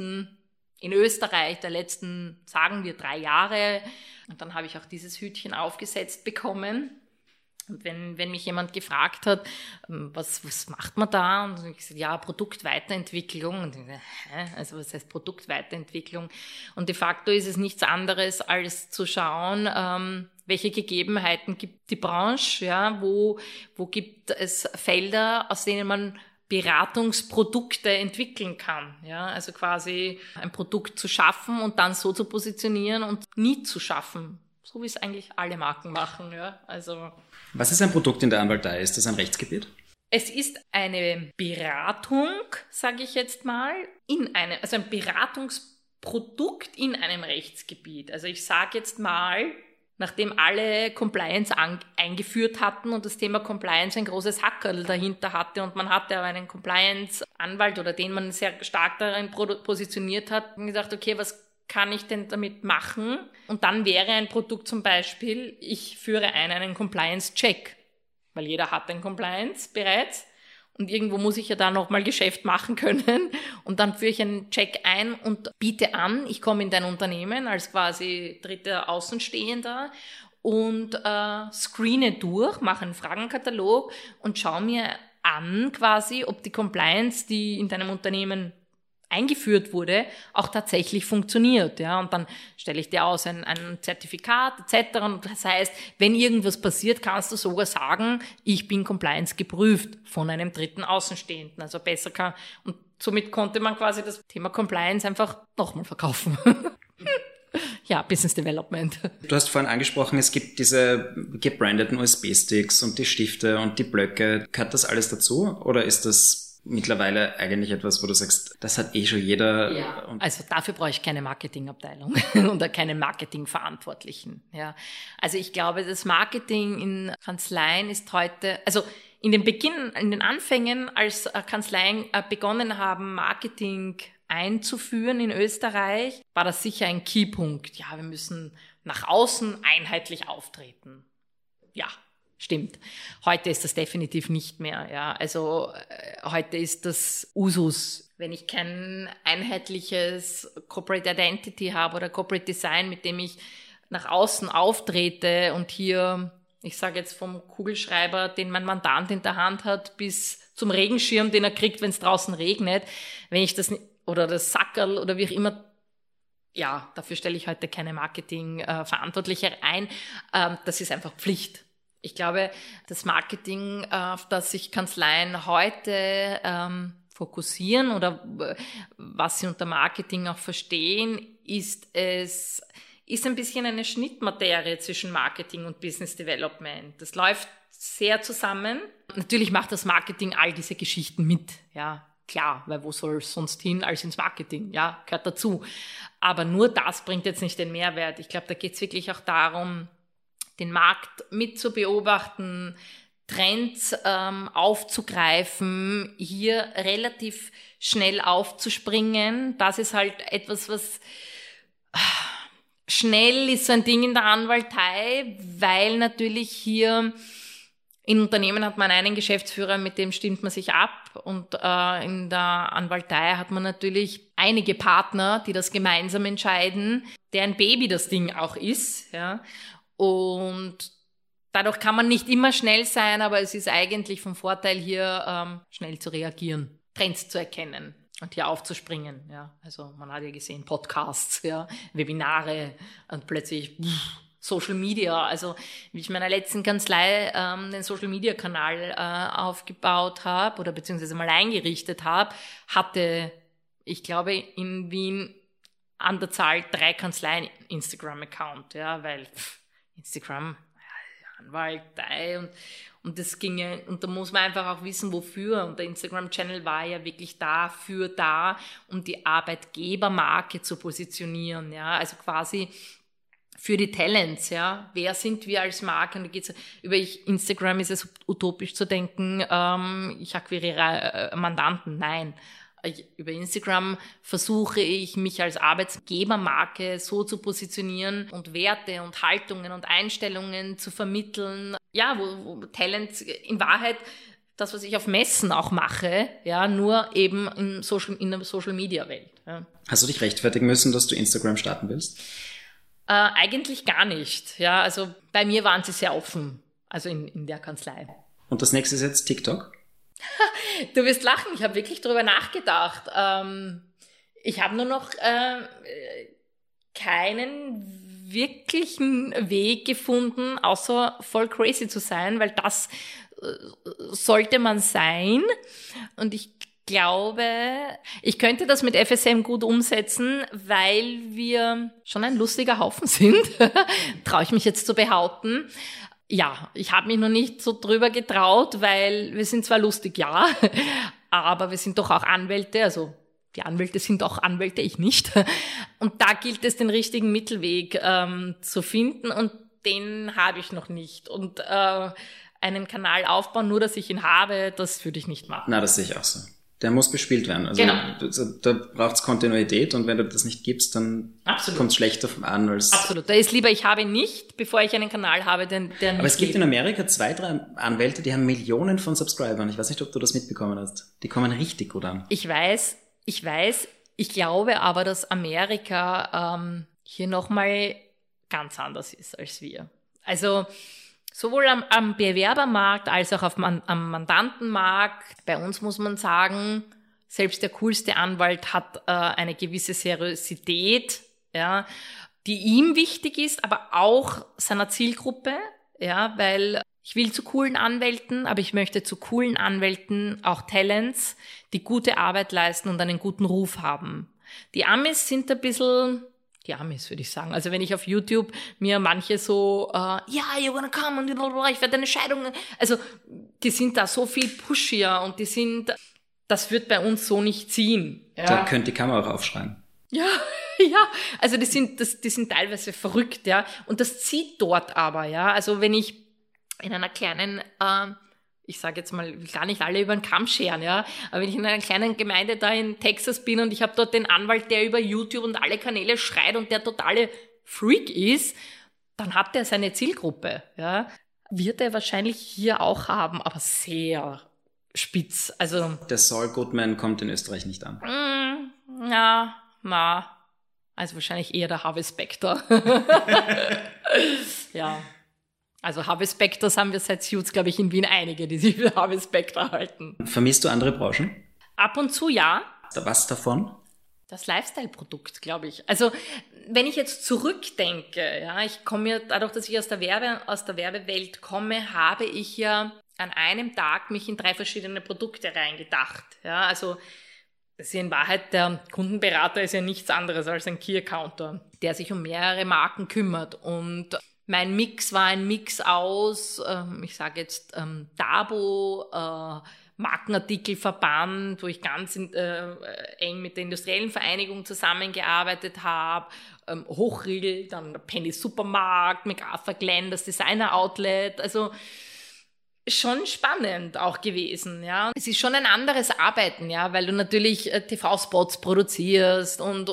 in Österreich der letzten, sagen wir, 3 Jahre. Und dann habe ich auch dieses Hütchen aufgesetzt bekommen. Und wenn mich jemand gefragt hat, was macht man da? Und ich gesagt, ja, Produktweiterentwicklung. Und ich gesagt, also was heißt Produktweiterentwicklung? Und de facto ist es nichts anderes, als zu schauen, welche Gegebenheiten gibt die Branche, ja, wo gibt es Felder, aus denen man Beratungsprodukte entwickeln kann, ja, also quasi ein Produkt zu schaffen und dann so zu positionieren und nie zu schaffen, so wie es eigentlich alle Marken machen, ja, also. Was ist ein Produkt in der Anwaltei? Ist das ein Rechtsgebiet? Es ist eine Beratung, sage ich jetzt mal, also ein Beratungsprodukt in einem Rechtsgebiet. Also ich sage jetzt mal, nachdem alle Compliance eingeführt hatten und das Thema Compliance ein großes Hackerl dahinter hatte und man hatte aber einen Compliance-Anwalt oder den man sehr stark darin positioniert hat und gesagt, okay, was kann ich denn damit machen? Und dann wäre ein Produkt zum Beispiel, ich führe einen Compliance-Check, weil jeder hat ein Compliance bereits und irgendwo muss ich ja da nochmal Geschäft machen können und dann führe ich einen Check ein und biete an, ich komme in dein Unternehmen als quasi dritter Außenstehender und screene durch, mache einen Fragenkatalog und schaue mir an quasi, ob die Compliance, die in deinem Unternehmen eingeführt wurde, auch tatsächlich funktioniert. Ja? Und dann stelle ich dir aus ein Zertifikat etc. Und das heißt, wenn irgendwas passiert, kannst du sogar sagen, ich bin Compliance geprüft von einem dritten Außenstehenden. Also besser kann. Und somit konnte man quasi das Thema Compliance einfach nochmal verkaufen. Ja, Business Development. Du hast vorhin angesprochen, es gibt diese gebrandeten USB-Sticks und die Stifte und die Blöcke. Gehört das alles dazu? Oder ist das mittlerweile eigentlich etwas, wo du sagst, das hat schon jeder? Ja, also dafür brauche ich keine Marketingabteilung oder keine Marketingverantwortlichen. Ja, also ich glaube, das Marketing in Kanzleien ist heute, also in den Anfängen, als Kanzleien begonnen haben, Marketing einzuführen in Österreich, war das sicher ein Keypunkt. Ja, wir müssen nach außen einheitlich auftreten. Ja. Stimmt. Heute ist das definitiv nicht mehr. Ja, also heute ist das Usus. Wenn ich kein einheitliches Corporate Identity habe oder Corporate Design, mit dem ich nach außen auftrete und hier Ich sage jetzt vom Kugelschreiber, den mein Mandant in der Hand hat, bis zum Regenschirm, den er kriegt, wenn es draußen regnet. Wenn ich das, oder das Sackerl oder wie auch immer, ja, dafür stelle ich heute keine Marketing-Verantwortliche ein. Das ist einfach Pflicht. Ich glaube, das Marketing, auf das sich Kanzleien heute fokussieren oder was sie unter Marketing auch verstehen, ist ein bisschen eine Schnittmaterie zwischen Marketing und Business Development. Das läuft sehr zusammen. Natürlich macht das Marketing all diese Geschichten mit, ja, klar, weil wo soll es sonst hin als ins Marketing, ja, gehört dazu. Aber nur das bringt jetzt nicht den Mehrwert. Ich glaube, da geht es wirklich auch darum, den Markt mit zu beobachten, Trends aufzugreifen, hier relativ schnell aufzuspringen. Das ist halt etwas, was schnell ist, so ein Ding in der Anwaltei, weil natürlich hier in Unternehmen hat man einen Geschäftsführer, mit dem stimmt man sich ab, und in der Anwaltei hat man natürlich einige Partner, die das gemeinsam entscheiden, deren Baby das Ding auch ist, ja, und dadurch kann man nicht immer schnell sein, aber es ist eigentlich vom Vorteil hier, schnell zu reagieren, Trends zu erkennen und hier aufzuspringen. Ja. Also man hat ja gesehen, Podcasts, ja, Webinare und plötzlich Social Media. Also wie ich meiner letzten Kanzlei den Social Media Kanal aufgebaut habe oder beziehungsweise mal eingerichtet habe, hatte, ich glaube, in Wien an der Zahl 3 Kanzleien Instagram-Account, ja, weil Instagram, Anwaltei und das ginge, und da muss man einfach auch wissen, wofür. Und der Instagram-Channel war ja wirklich dafür da, um die Arbeitgebermarke zu positionieren, ja, also quasi für die Talents, ja. Wer sind wir als Marke? Und da geht's über Instagram, ist es utopisch zu denken, ich akquiriere Mandanten. Nein. Über Instagram versuche ich, mich als Arbeitgebermarke so zu positionieren und Werte und Haltungen und Einstellungen zu vermitteln. Ja, wo Talent in Wahrheit das, was ich auf Messen auch mache, ja, nur eben in der Social-Media-Welt. Ja. Hast du dich rechtfertigen müssen, dass du Instagram starten willst? Eigentlich gar nicht. Ja, also bei mir waren sie sehr offen, also in der Kanzlei. Und das nächste ist jetzt TikTok? Du wirst lachen, ich habe wirklich drüber nachgedacht. Ich habe nur noch keinen wirklichen Weg gefunden, außer voll crazy zu sein, weil das sollte man sein. Und ich glaube, ich könnte das mit FSM gut umsetzen, weil wir schon ein lustiger Haufen sind, traue ich mich jetzt zu behaupten. Ja, ich habe mich noch nicht so drüber getraut, weil wir sind zwar lustig, ja, aber wir sind doch auch Anwälte, also die Anwälte sind auch Anwälte, ich nicht. Und da gilt es, den richtigen Mittelweg zu finden, und den habe ich noch nicht. Und einen Kanal aufbauen, nur dass ich ihn habe, das würde ich nicht machen. Na, das sehe ich auch so. Der muss bespielt werden. Also genau. Da braucht es Kontinuität, und wenn du das nicht gibst, dann kommt es schlechter an als... Absolut. Da ist lieber, ich habe ihn nicht, bevor ich einen Kanal habe, der nicht Aber es gibt lebt. in Amerika 2, 3 Anwälte, die haben Millionen von Subscribern. Ich weiß nicht, ob du das mitbekommen hast. Die kommen richtig gut an. Ich weiß. Ich glaube aber, dass Amerika hier nochmal ganz anders ist als wir. Also sowohl am Bewerbermarkt als auch am Mandantenmarkt. Bei uns muss man sagen, selbst der coolste Anwalt hat eine gewisse Seriosität, ja, die ihm wichtig ist, aber auch seiner Zielgruppe, ja, weil ich will zu coolen Anwälten, aber ich möchte zu coolen Anwälten auch Talents, die gute Arbeit leisten und einen guten Ruf haben. Die Amis sind ein bisschen... Die Amis, würde ich sagen. Also wenn ich auf YouTube mir manche so, you're gonna come und ich werde eine Scheidung. Also die sind da so viel pushier und das wird bei uns so nicht ziehen. Ja. Da könnte die Kamera auch aufschreien. Ja, also die sind teilweise verrückt, ja. Und das zieht dort aber, ja. Also wenn ich in einer kleinen, ich sage jetzt mal, ich will gar nicht alle über den Kamm scheren, ja, aber wenn ich in einer kleinen Gemeinde da in Texas bin und ich habe dort den Anwalt, der über YouTube und alle Kanäle schreit und der totale Freak ist, dann hat der seine Zielgruppe, ja. Wird er wahrscheinlich hier auch haben, aber sehr spitz, also. Der Saul Goodman kommt in Österreich nicht an. Also wahrscheinlich eher der Harvey Specter. Ja. Also Harvey Specters haben wir seit Suits, glaube ich, in Wien einige, die sich für Harvey Specter halten. Vermisst du andere Branchen? Ab und zu ja. Was davon? Das Lifestyle-Produkt, glaube ich. Also wenn ich jetzt zurückdenke, ja, ich komme ja, dadurch, dass ich aus der Werbewelt komme, habe ich ja an einem Tag mich in 3 verschiedene Produkte reingedacht. Ja, also das ist in Wahrheit, der Kundenberater ist ja nichts anderes als ein Key-Accounter, der sich um mehrere Marken kümmert. Und mein Mix war ein Mix aus, ich sage jetzt Dabo, Markenartikelverband, wo ich ganz eng mit der industriellen Vereinigung zusammengearbeitet habe, Hochriegel, dann Penny Supermarkt, MacArthur Glen, das Designer Outlet, also schon spannend auch gewesen, ja. Es ist schon ein anderes Arbeiten, ja, weil du natürlich TV-Spots produzierst und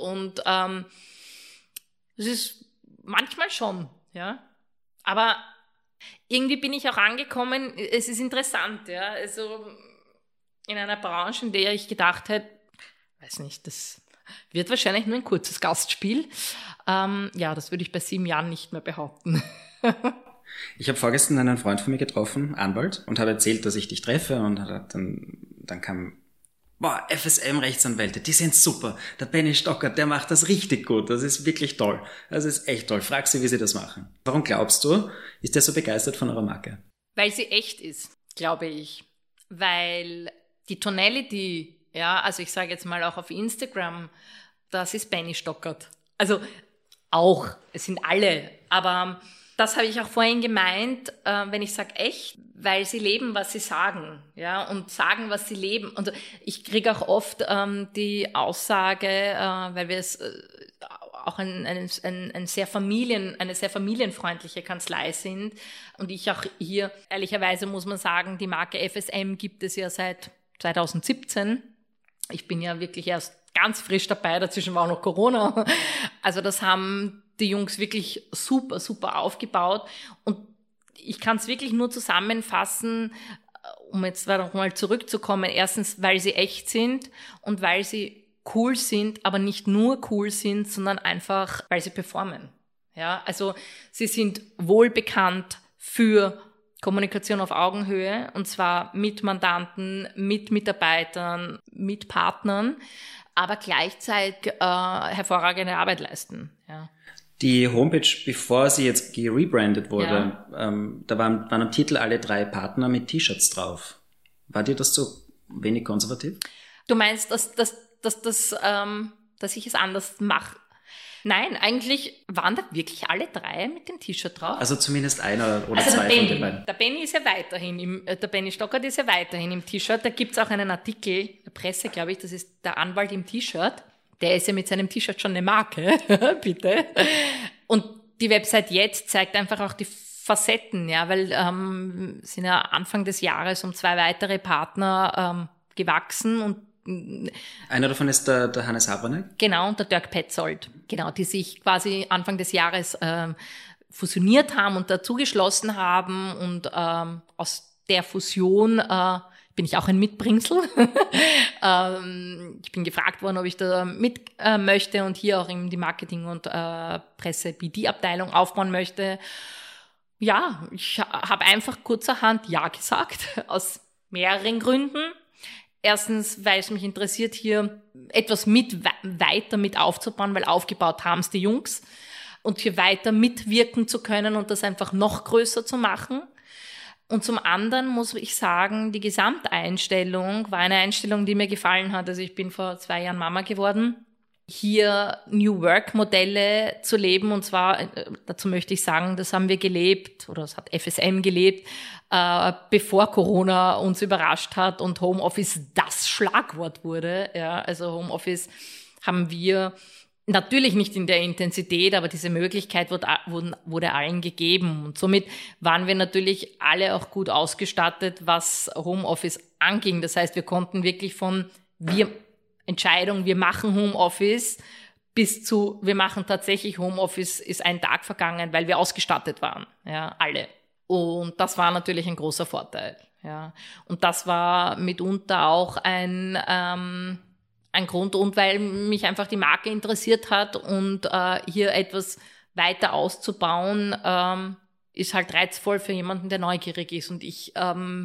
es ist manchmal schon, ja. Aber irgendwie bin ich auch angekommen, es ist interessant, ja, also in einer Branche, in der ich gedacht hätte, weiß nicht, das wird wahrscheinlich nur ein kurzes Gastspiel. Ja, das würde ich bei 7 Jahren nicht mehr behaupten. Ich habe vorgestern einen Freund von mir getroffen, Anwalt, und habe erzählt, dass ich dich treffe, und dann kam, FSM Rechtsanwälte, die sind super. Der Benny Stockert, der macht das richtig gut. Das ist wirklich toll. Das ist echt toll. Frag sie, wie sie das machen. Warum glaubst du, ist der so begeistert von eurer Marke? Weil sie echt ist, glaube ich. Weil die Tonality, ja, also ich sage jetzt mal auch auf Instagram, das ist Benny Stockert. Also auch, es sind alle, aber das habe ich auch vorhin gemeint, wenn ich sage echt, weil sie leben, was sie sagen, ja, und sagen, was sie leben. Und ich kriege auch oft die Aussage, weil wir es auch eine sehr familienfreundliche Kanzlei sind, und ich auch hier, ehrlicherweise muss man sagen, die Marke FSM gibt es ja seit 2017. Ich bin ja wirklich erst ganz frisch dabei, dazwischen war auch noch Corona. Also das haben die Jungs wirklich super, super aufgebaut, und ich kann es wirklich nur zusammenfassen, um jetzt mal zurückzukommen. Erstens, weil sie echt sind und weil sie cool sind, aber nicht nur cool sind, sondern einfach, weil sie performen. Ja, also sie sind wohlbekannt für Kommunikation auf Augenhöhe, und zwar mit Mandanten, mit Mitarbeitern, mit Partnern, aber gleichzeitig hervorragende Arbeit leisten. Ja. Die Homepage, bevor sie jetzt gerebrandet wurde, da waren am Titel alle 3 Partner mit T-Shirts drauf. War dir das so wenig konservativ? Du meinst, dass ich es anders mache? Nein, eigentlich waren da wirklich alle 3 mit dem T-Shirt drauf. Also zumindest einer oder also 2 von den beiden. Der Benny ist ja weiterhin der Benny Stockert ist ja weiterhin im T-Shirt. Da gibt's auch einen Artikel der Presse, glaube ich, das ist der Anwalt im T-Shirt. Der ist ja mit seinem T-Shirt schon eine Marke, bitte. Und die Website jetzt zeigt einfach auch die Facetten, ja, weil sind ja Anfang des Jahres um 2 weitere Partner gewachsen, und einer davon ist der Hannes Haberneck. Genau, und der Dirk Petzold. Genau, die sich quasi Anfang des Jahres fusioniert haben und dazugeschlossen haben, und aus der Fusion bin ich auch ein Mitbringsel. Ich bin gefragt worden, ob ich da mit möchte und hier auch in die Marketing- und Presse-BD-Abteilung aufbauen möchte. Ja, ich habe einfach kurzerhand Ja gesagt, aus mehreren Gründen. Erstens, weil es mich interessiert, hier etwas weiter mit aufzubauen, weil aufgebaut haben es die Jungs, und hier weiter mitwirken zu können und das einfach noch größer zu machen. Und zum anderen muss ich sagen, die Gesamteinstellung war eine Einstellung, die mir gefallen hat. Also ich bin vor 2 Jahren Mama geworden. Hier New Work Modelle zu leben, und zwar, dazu möchte ich sagen, das haben wir gelebt, oder das hat FSM gelebt, bevor Corona uns überrascht hat und Homeoffice das Schlagwort wurde. Ja, also Homeoffice haben wir natürlich nicht in der Intensität, aber diese Möglichkeit wurde allen gegeben. Und somit waren wir natürlich alle auch gut ausgestattet, was Homeoffice anging. Das heißt, wir konnten wirklich von Entscheidung, wir machen Homeoffice, bis zu, wir machen tatsächlich Homeoffice, ist ein Tag vergangen, weil wir ausgestattet waren, ja, alle. Und das war natürlich ein großer Vorteil, ja. Und das war mitunter auch ein Grund, und weil mich einfach die Marke interessiert hat, und hier etwas weiter auszubauen, ist halt reizvoll für jemanden, der neugierig ist. Und ich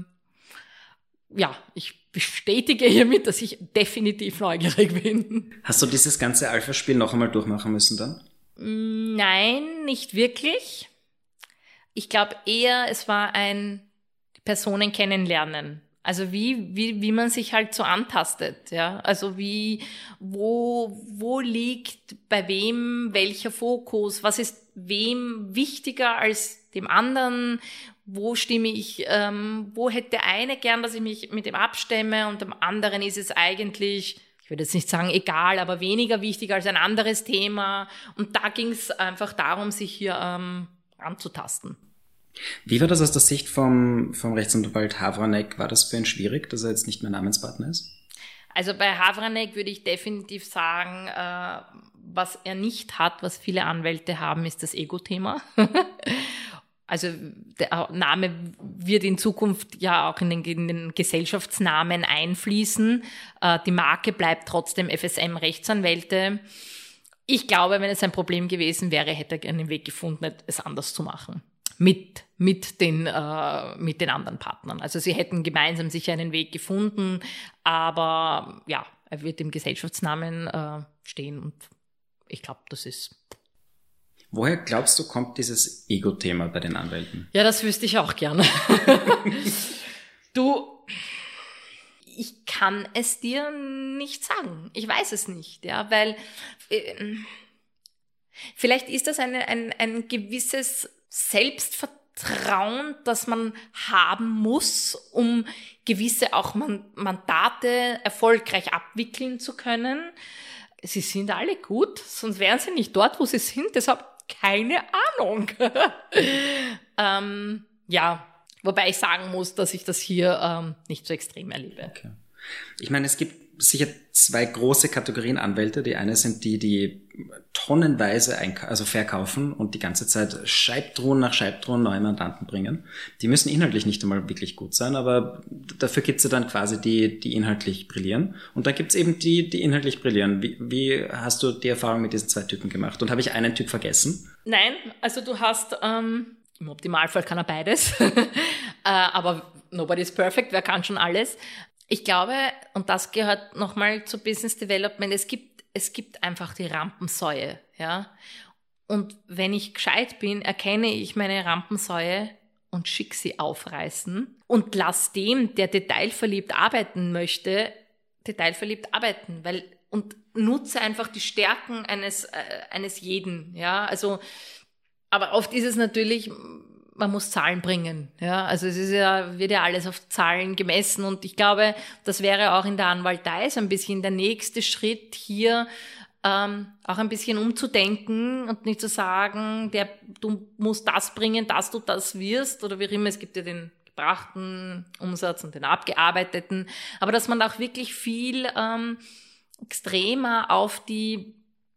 bestätige hiermit, dass ich definitiv neugierig bin. Hast du dieses ganze Alpha-Spiel noch einmal durchmachen müssen dann? Nein, nicht wirklich. Ich glaube eher, es war ein Personen kennenlernen. Also wie man sich halt so antastet, ja. Also wo liegt bei wem welcher Fokus? Was ist wem wichtiger als dem anderen? Wo stimme ich, wo hätte der eine gern, dass ich mich mit dem abstemme und dem anderen ist es eigentlich, ich würde jetzt nicht sagen egal, aber weniger wichtig als ein anderes Thema. Und da ging es einfach darum, sich hier anzutasten. Wie war das aus der Sicht vom Rechtsanwalt Havranek? War das für ihn schwierig, dass er jetzt nicht mehr Namenspartner ist? Also bei Havranek würde ich definitiv sagen, was er nicht hat, was viele Anwälte haben, ist das Ego-Thema. Also der Name wird in Zukunft ja auch in den Gesellschaftsnamen einfließen. Die Marke bleibt trotzdem FSM Rechtsanwälte. Ich glaube, wenn es ein Problem gewesen wäre, hätte er einen Weg gefunden, es anders zu machen. Mit den anderen Partnern. Also sie hätten gemeinsam sicher einen Weg gefunden, aber ja, er wird im Gesellschaftsnamen stehen und ich glaube, das ist... Woher glaubst du, kommt dieses Ego-Thema bei den Anwälten? Ja, das wüsste ich auch gerne. Ich kann es dir nicht sagen. Ich weiß es nicht, ja, weil vielleicht ist das ein gewisses Selbstvertrauen, das man haben muss, um gewisse auch Mandate erfolgreich abwickeln zu können. Sie sind alle gut, sonst wären sie nicht dort, wo sie sind. Deshalb keine Ahnung. Ja, wobei ich sagen muss, dass ich das hier nicht so extrem erlebe. Okay. Ich meine, es gibt sicher zwei große Kategorien Anwälte. Die eine sind die tonnenweise verkaufen und die ganze Zeit Scheibtruhen nach Scheibtruhen neue Mandanten bringen. Die müssen inhaltlich nicht einmal wirklich gut sein, aber dafür gibt's ja dann quasi die inhaltlich brillieren. Und dann gibt's eben die inhaltlich brillieren. Wie hast du die Erfahrung mit diesen zwei Typen gemacht? Und habe ich einen Typ vergessen? Nein, also du hast, im Optimalfall kann er beides, aber nobody's perfect, wer kann schon alles? Ich glaube, und das gehört nochmal zu Business Development, es gibt einfach die Rampensäue, ja. Und wenn ich gescheit bin, erkenne ich meine Rampensäue und schicke sie aufreißen und lass dem, der detailverliebt arbeiten möchte, detailverliebt arbeiten, und nutze einfach die Stärken eines jeden, ja. Also, aber oft ist es natürlich, man muss Zahlen bringen, ja. Also es wird ja alles auf Zahlen gemessen und ich glaube, das wäre auch in der Anwaltei so ein bisschen der nächste Schritt hier, auch ein bisschen umzudenken und nicht zu sagen, du musst das bringen, dass du das wirst oder wie immer, es gibt ja den gebrachten Umsatz und den abgearbeiteten, aber dass man auch wirklich viel extremer auf die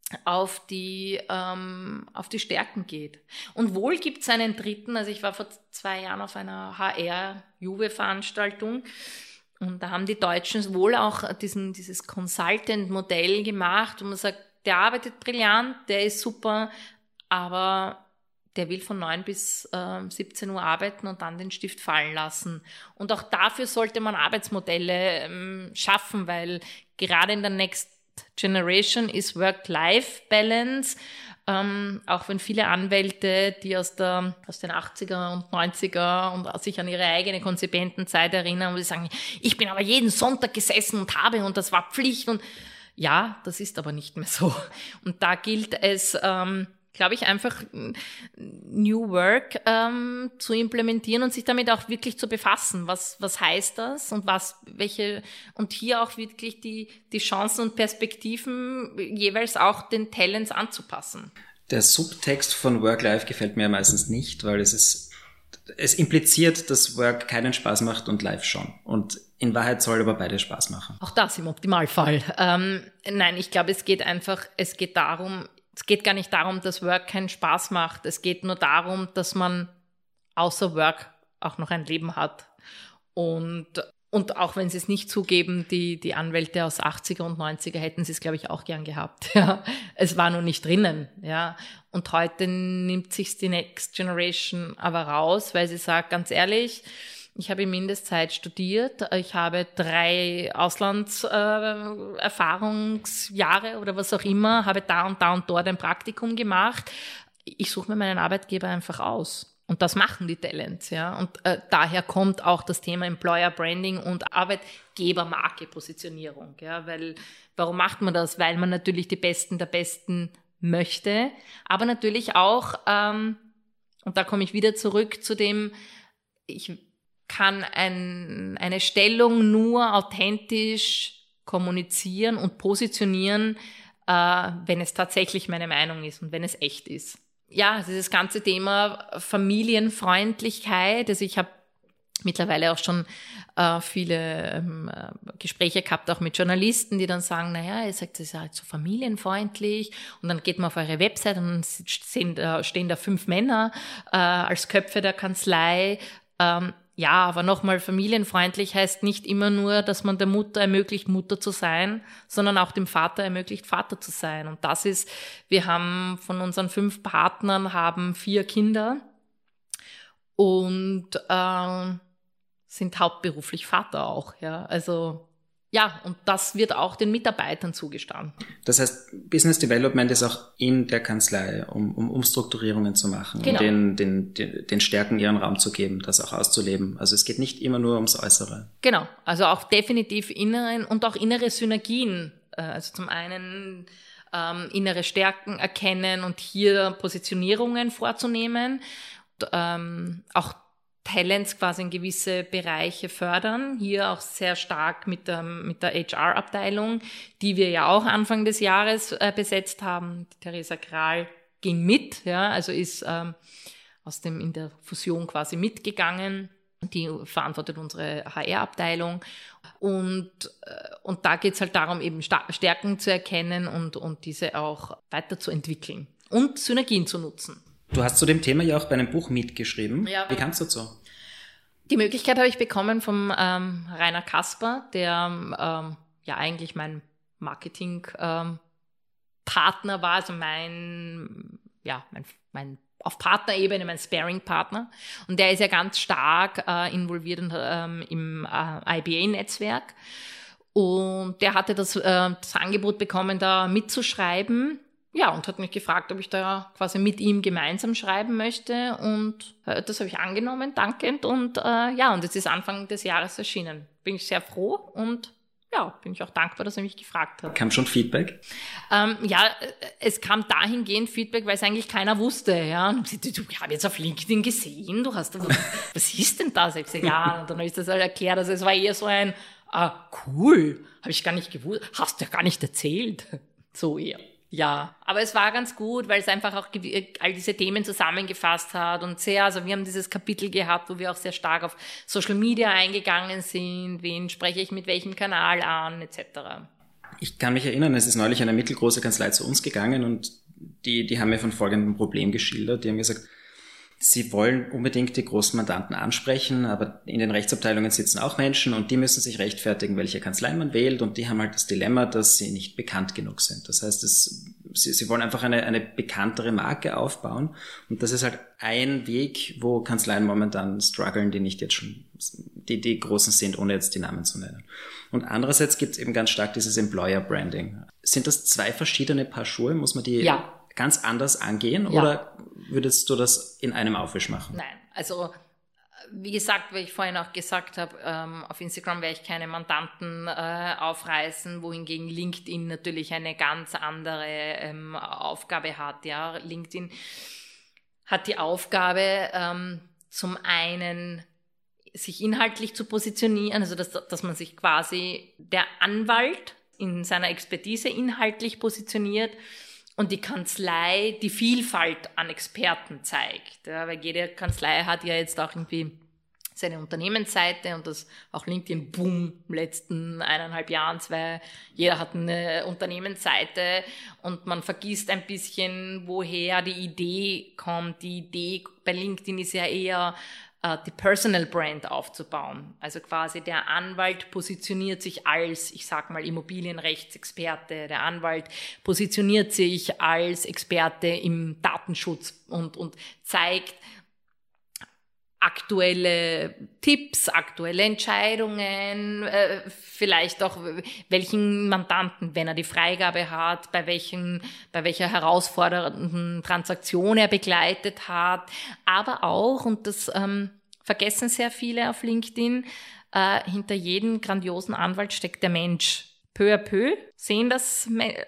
Stärken geht. Und wohl gibt's einen dritten, also ich war vor 2 Jahren auf einer HR-Juve-Veranstaltung und da haben die Deutschen wohl auch dieses Consultant-Modell gemacht, wo man sagt, der arbeitet brillant, der ist super, aber der will von 9 bis 17 Uhr arbeiten und dann den Stift fallen lassen. Und auch dafür sollte man Arbeitsmodelle schaffen, weil gerade in der Next Generation ist Work-Life-Balance, auch wenn viele Anwälte, die aus den 80er und 90er und sich an ihre eigene Konzipentenzeit erinnern, wo sie sagen, ich bin aber jeden Sonntag gesessen und das war Pflicht und ja, das ist aber nicht mehr so. Und da gilt es, glaube ich, einfach New Work zu implementieren und sich damit auch wirklich zu befassen. Was heißt das und und hier auch wirklich die Chancen und Perspektiven jeweils auch den Talents anzupassen. Der Subtext von Work-Life gefällt mir meistens nicht, weil es impliziert, dass Work keinen Spaß macht und Life schon. Und in Wahrheit soll aber beide Spaß machen. Auch das im Optimalfall. Nein, ich glaube, es geht gar nicht darum, dass Work keinen Spaß macht. Es geht nur darum, dass man außer Work auch noch ein Leben hat. Und Und auch wenn sie es nicht zugeben, die Anwälte aus 80er und 90er hätten sie es, glaube ich, auch gern gehabt. Ja. Es war nur nicht drinnen. Ja. Und heute nimmt sich's die Next Generation aber raus, weil sie sagt, ganz ehrlich, ich habe in Mindestzeit studiert, ich habe 3 Auslandserfahrungsjahre oder was auch immer, habe da und dort ein Praktikum gemacht. Ich suche mir meinen Arbeitgeber einfach aus. Und das machen die Talents, ja. Und daher kommt auch das Thema Employer Branding und Arbeitgebermarke-Positionierung, ja. Weil, warum macht man das? Weil man natürlich die Besten der Besten möchte, aber natürlich auch, und da komme ich wieder zurück zu dem, ich kann eine Stellung nur authentisch kommunizieren und positionieren, wenn es tatsächlich meine Meinung ist und wenn es echt ist. Ja, dieses ganze Thema Familienfreundlichkeit, also ich habe mittlerweile auch schon viele Gespräche gehabt, auch mit Journalisten, die dann sagen, naja, ihr sagt, das ist halt so familienfreundlich, und dann geht man auf eure Website und dann stehen da 5 Männer als Köpfe der Kanzlei. Ja, aber nochmal, familienfreundlich heißt nicht immer nur, dass man der Mutter ermöglicht, Mutter zu sein, sondern auch dem Vater ermöglicht, Vater zu sein. Und das ist, wir haben von unseren 5 Partnern haben 4 Kinder und sind hauptberuflich Vater auch. Ja, also ja, und das wird auch den Mitarbeitern zugestanden. Das heißt, Business Development ist auch in der Kanzlei, um Umstrukturierungen zu machen, genau, um den Stärken ihren Raum zu geben, das auch auszuleben. Also es geht nicht immer nur ums Äußere. Genau, also auch definitiv innere und auch innere Synergien. Also zum einen innere Stärken erkennen und hier Positionierungen vorzunehmen. Und, auch Talents quasi in gewisse Bereiche fördern. Hier auch sehr stark mit der HR-Abteilung, die wir ja auch Anfang des Jahres besetzt haben. Die Theresa Kral ging mit, ja, also ist in der Fusion quasi mitgegangen. Die verantwortet unsere HR-Abteilung. Und da geht's halt darum, eben Stärken zu erkennen und diese auch weiterzuentwickeln und Synergien zu nutzen. Du hast zu dem Thema ja auch bei einem Buch mitgeschrieben. Ja. Wie kamst du dazu? Die Möglichkeit habe ich bekommen vom Rainer Kasper, der ja eigentlich mein Marketing-Partner war, also mein auf Partnerebene mein Sparring-Partner. Und der ist ja ganz stark involviert im IBA-Netzwerk. Und der hatte das Angebot bekommen, da mitzuschreiben. Ja, und hat mich gefragt, ob ich da quasi mit ihm gemeinsam schreiben möchte. Und das habe ich angenommen, dankend. Und und es ist Anfang des Jahres erschienen. Bin ich sehr froh und ja, bin ich auch dankbar, dass er mich gefragt hat. Kam schon Feedback? Es kam dahingehend Feedback, weil es eigentlich keiner wusste. Ja, und ich habe jetzt auf LinkedIn gesehen, was ist denn das? Ich gesagt, ja, und dann habe ich das halt erklärt. Also es war eher so ein, cool, habe ich gar nicht gewusst, hast du ja gar nicht erzählt. So eher. Ja, aber es war ganz gut, weil es einfach auch all diese Themen zusammengefasst hat und also wir haben dieses Kapitel gehabt, wo wir auch sehr stark auf Social Media eingegangen sind, wen spreche ich mit welchem Kanal an, etc. Ich kann mich erinnern, es ist neulich eine mittelgroße Kanzlei zu uns gegangen und die haben mir von folgendem Problem geschildert. Die haben gesagt, sie wollen unbedingt die großen Mandanten ansprechen, aber in den Rechtsabteilungen sitzen auch Menschen und die müssen sich rechtfertigen, welche Kanzlei man wählt, und die haben halt das Dilemma, dass sie nicht bekannt genug sind. Das heißt, sie wollen einfach eine bekanntere Marke aufbauen, und das ist halt ein Weg, wo Kanzleien momentan strugglen, die nicht jetzt schon die Großen sind, ohne jetzt die Namen zu nennen. Und andererseits gibt es eben ganz stark dieses Employer Branding. Sind das 2 verschiedene Paar Schuhe? Muss man die ganz anders angehen, oder würdest du das in einem Aufwisch machen? Nein, also wie gesagt, weil ich vorhin auch gesagt habe, auf Instagram werde ich keine Mandanten aufreißen, wohingegen LinkedIn natürlich eine ganz andere Aufgabe hat. Ja, LinkedIn hat die Aufgabe, zum einen sich inhaltlich zu positionieren, also dass man sich quasi der Anwalt in seiner Expertise inhaltlich positioniert und die Kanzlei die Vielfalt an Experten zeigt. Ja, weil jede Kanzlei hat ja jetzt auch irgendwie seine Unternehmensseite und das auch LinkedIn, boom, im letzten 1,5 Jahren, 2, jeder hat eine Unternehmensseite und man vergisst ein bisschen, woher die Idee kommt. Die Idee bei LinkedIn ist ja eher die Personal Brand aufzubauen. Also quasi der Anwalt positioniert sich als, ich sag mal, Immobilienrechtsexperte, der Anwalt positioniert sich als Experte im Datenschutz und zeigt aktuelle Tipps, aktuelle Entscheidungen, vielleicht auch welchen Mandanten, wenn er die Freigabe hat, bei welcher herausfordernden Transaktion er begleitet hat, aber auch, und das vergessen sehr viele auf LinkedIn, hinter jedem grandiosen Anwalt steckt der Mensch. Peu à peu sehen das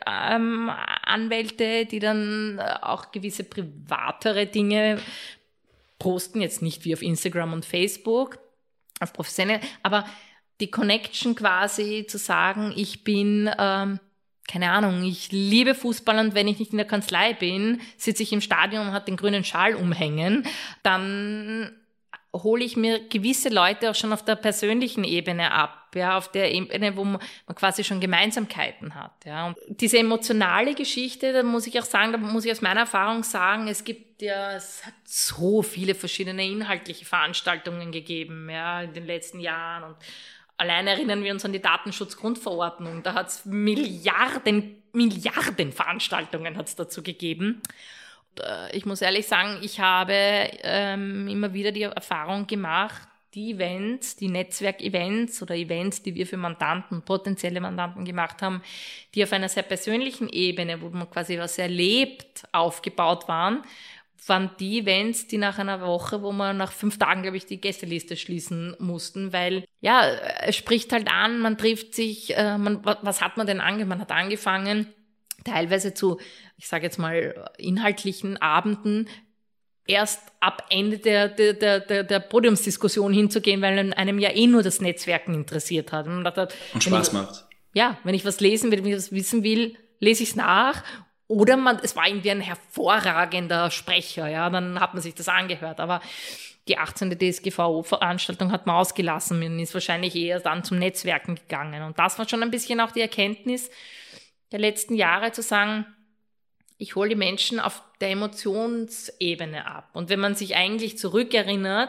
Anwälte, die dann auch gewisse privatere Dinge posten, jetzt nicht wie auf Instagram und Facebook, auf professionell, aber die Connection quasi zu sagen, ich bin, keine Ahnung, ich liebe Fußball und wenn ich nicht in der Kanzlei bin, sitze ich im Stadion und hat den grünen Schal umhängen, dann hole ich mir gewisse Leute auch schon auf der persönlichen Ebene ab, ja, auf der Ebene, wo man quasi schon Gemeinsamkeiten hat, ja. Und diese emotionale Geschichte, da muss ich auch sagen, da muss ich aus meiner Erfahrung sagen, es hat so viele verschiedene inhaltliche Veranstaltungen gegeben, ja, in den letzten Jahren und allein erinnern wir uns an die Datenschutzgrundverordnung, da hat es Milliarden Veranstaltungen hat's dazu gegeben. Ich muss ehrlich sagen, ich habe immer wieder die Erfahrung gemacht, die Events, die Netzwerkevents oder Events, die wir für Mandanten, potenzielle Mandanten gemacht haben, die auf einer sehr persönlichen Ebene, wo man quasi was erlebt, aufgebaut waren die Events, die nach einer Woche, wo wir nach 5 Tagen, glaube ich, die Gästeliste schließen mussten, weil, ja, es spricht halt an, man trifft sich, was hat man denn angefangen? Man hat angefangen, teilweise zu, ich sage jetzt mal, inhaltlichen Abenden erst ab Ende der Podiumsdiskussion hinzugehen, weil einem ja nur das Netzwerken interessiert hat. Und Spaß macht. Ja, wenn ich was lesen will, wenn ich was wissen will, lese ich es nach. Oder es war irgendwie ein hervorragender Sprecher, ja, dann hat man sich das angehört. Aber die 18. DSGVO-Veranstaltung hat man ausgelassen. Man ist wahrscheinlich eher dann zum Netzwerken gegangen. Und das war schon ein bisschen auch die Erkenntnis der letzten Jahre, zu sagen, ich hole die Menschen auf der Emotionsebene ab. Und wenn man sich eigentlich zurückerinnert,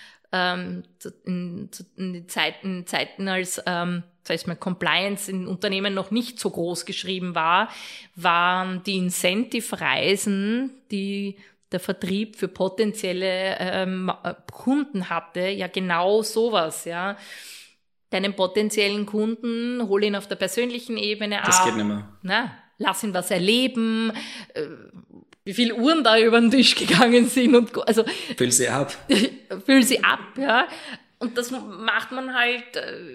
in die Zeiten als, Compliance in Unternehmen noch nicht so groß geschrieben war, waren die Incentive-Reisen, die der Vertrieb für potenzielle Kunden hatte, ja genau sowas, ja. Deinen potenziellen Kunden, hol ihn auf der persönlichen Ebene ab. Das geht nicht mehr. Lass ihn was erleben, wie viele Uhren da über den Tisch gegangen sind und also. Füll sie ab. Füll sie ab, ja. Und das macht man halt,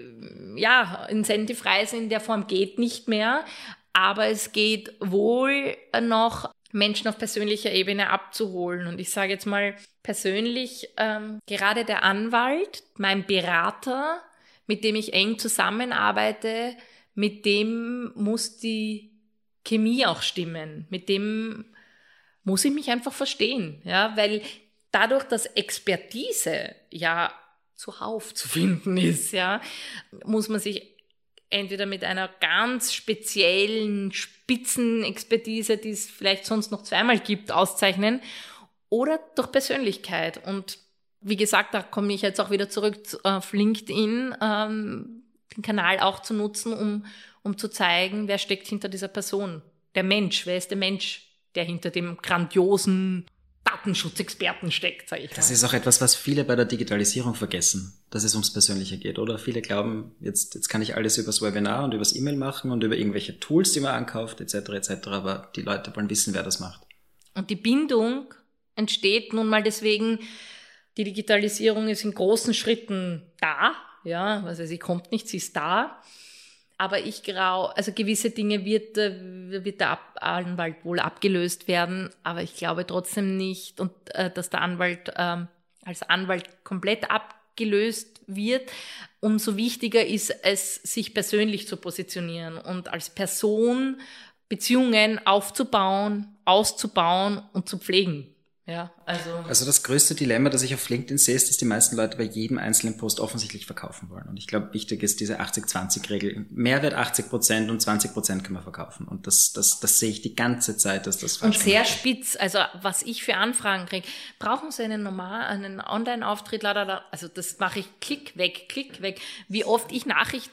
Incentive-Reisen in der Form geht nicht mehr, aber es geht wohl noch, Menschen auf persönlicher Ebene abzuholen. Und ich sage jetzt mal persönlich, gerade der Anwalt, mein Berater, mit dem ich eng zusammenarbeite, mit dem muss die Chemie auch stimmen. Mit dem muss ich mich einfach verstehen, ja, weil dadurch, dass Expertise ja zuhauf zu finden ist, ja, muss man sich entweder mit einer ganz speziellen Spitzenexpertise, die es vielleicht sonst noch zweimal gibt, auszeichnen oder durch Persönlichkeit. Und wie gesagt, da komme ich jetzt auch wieder zurück auf LinkedIn, den Kanal auch zu nutzen, um zu zeigen, wer steckt hinter dieser Person. Der Mensch, wer ist der Mensch, der hinter dem grandiosen Datenschutzexperten steckt, sage ich mal. Das ist auch etwas, was viele bei der Digitalisierung vergessen, dass es ums Persönliche geht, oder? Viele glauben, jetzt kann ich alles übers Webinar und übers E-Mail machen und über irgendwelche Tools, die man ankauft, etc., aber die Leute wollen wissen, wer das macht. Und die Bindung entsteht nun mal deswegen, die Digitalisierung ist in großen Schritten da, ja, also sie kommt nicht, sie ist da. Aber also gewisse Dinge wird der Anwalt wohl abgelöst werden, aber ich glaube trotzdem nicht, und dass der Anwalt als Anwalt komplett abgelöst wird. Umso wichtiger ist es, sich persönlich zu positionieren und als Person Beziehungen aufzubauen, auszubauen und zu pflegen. Ja, also das größte Dilemma, das ich auf LinkedIn sehe, ist, dass die meisten Leute bei jedem einzelnen Post offensichtlich verkaufen wollen. Und ich glaube, wichtig ist diese 80-20-Regel. Mehrwert 80% und 20% kann man verkaufen. Und das sehe ich die ganze Zeit, dass das falsch und sehr spitz. Also was ich für Anfragen kriege, brauchen Sie einen Online-Auftritt? Also das mache ich Klick weg. Wie oft ich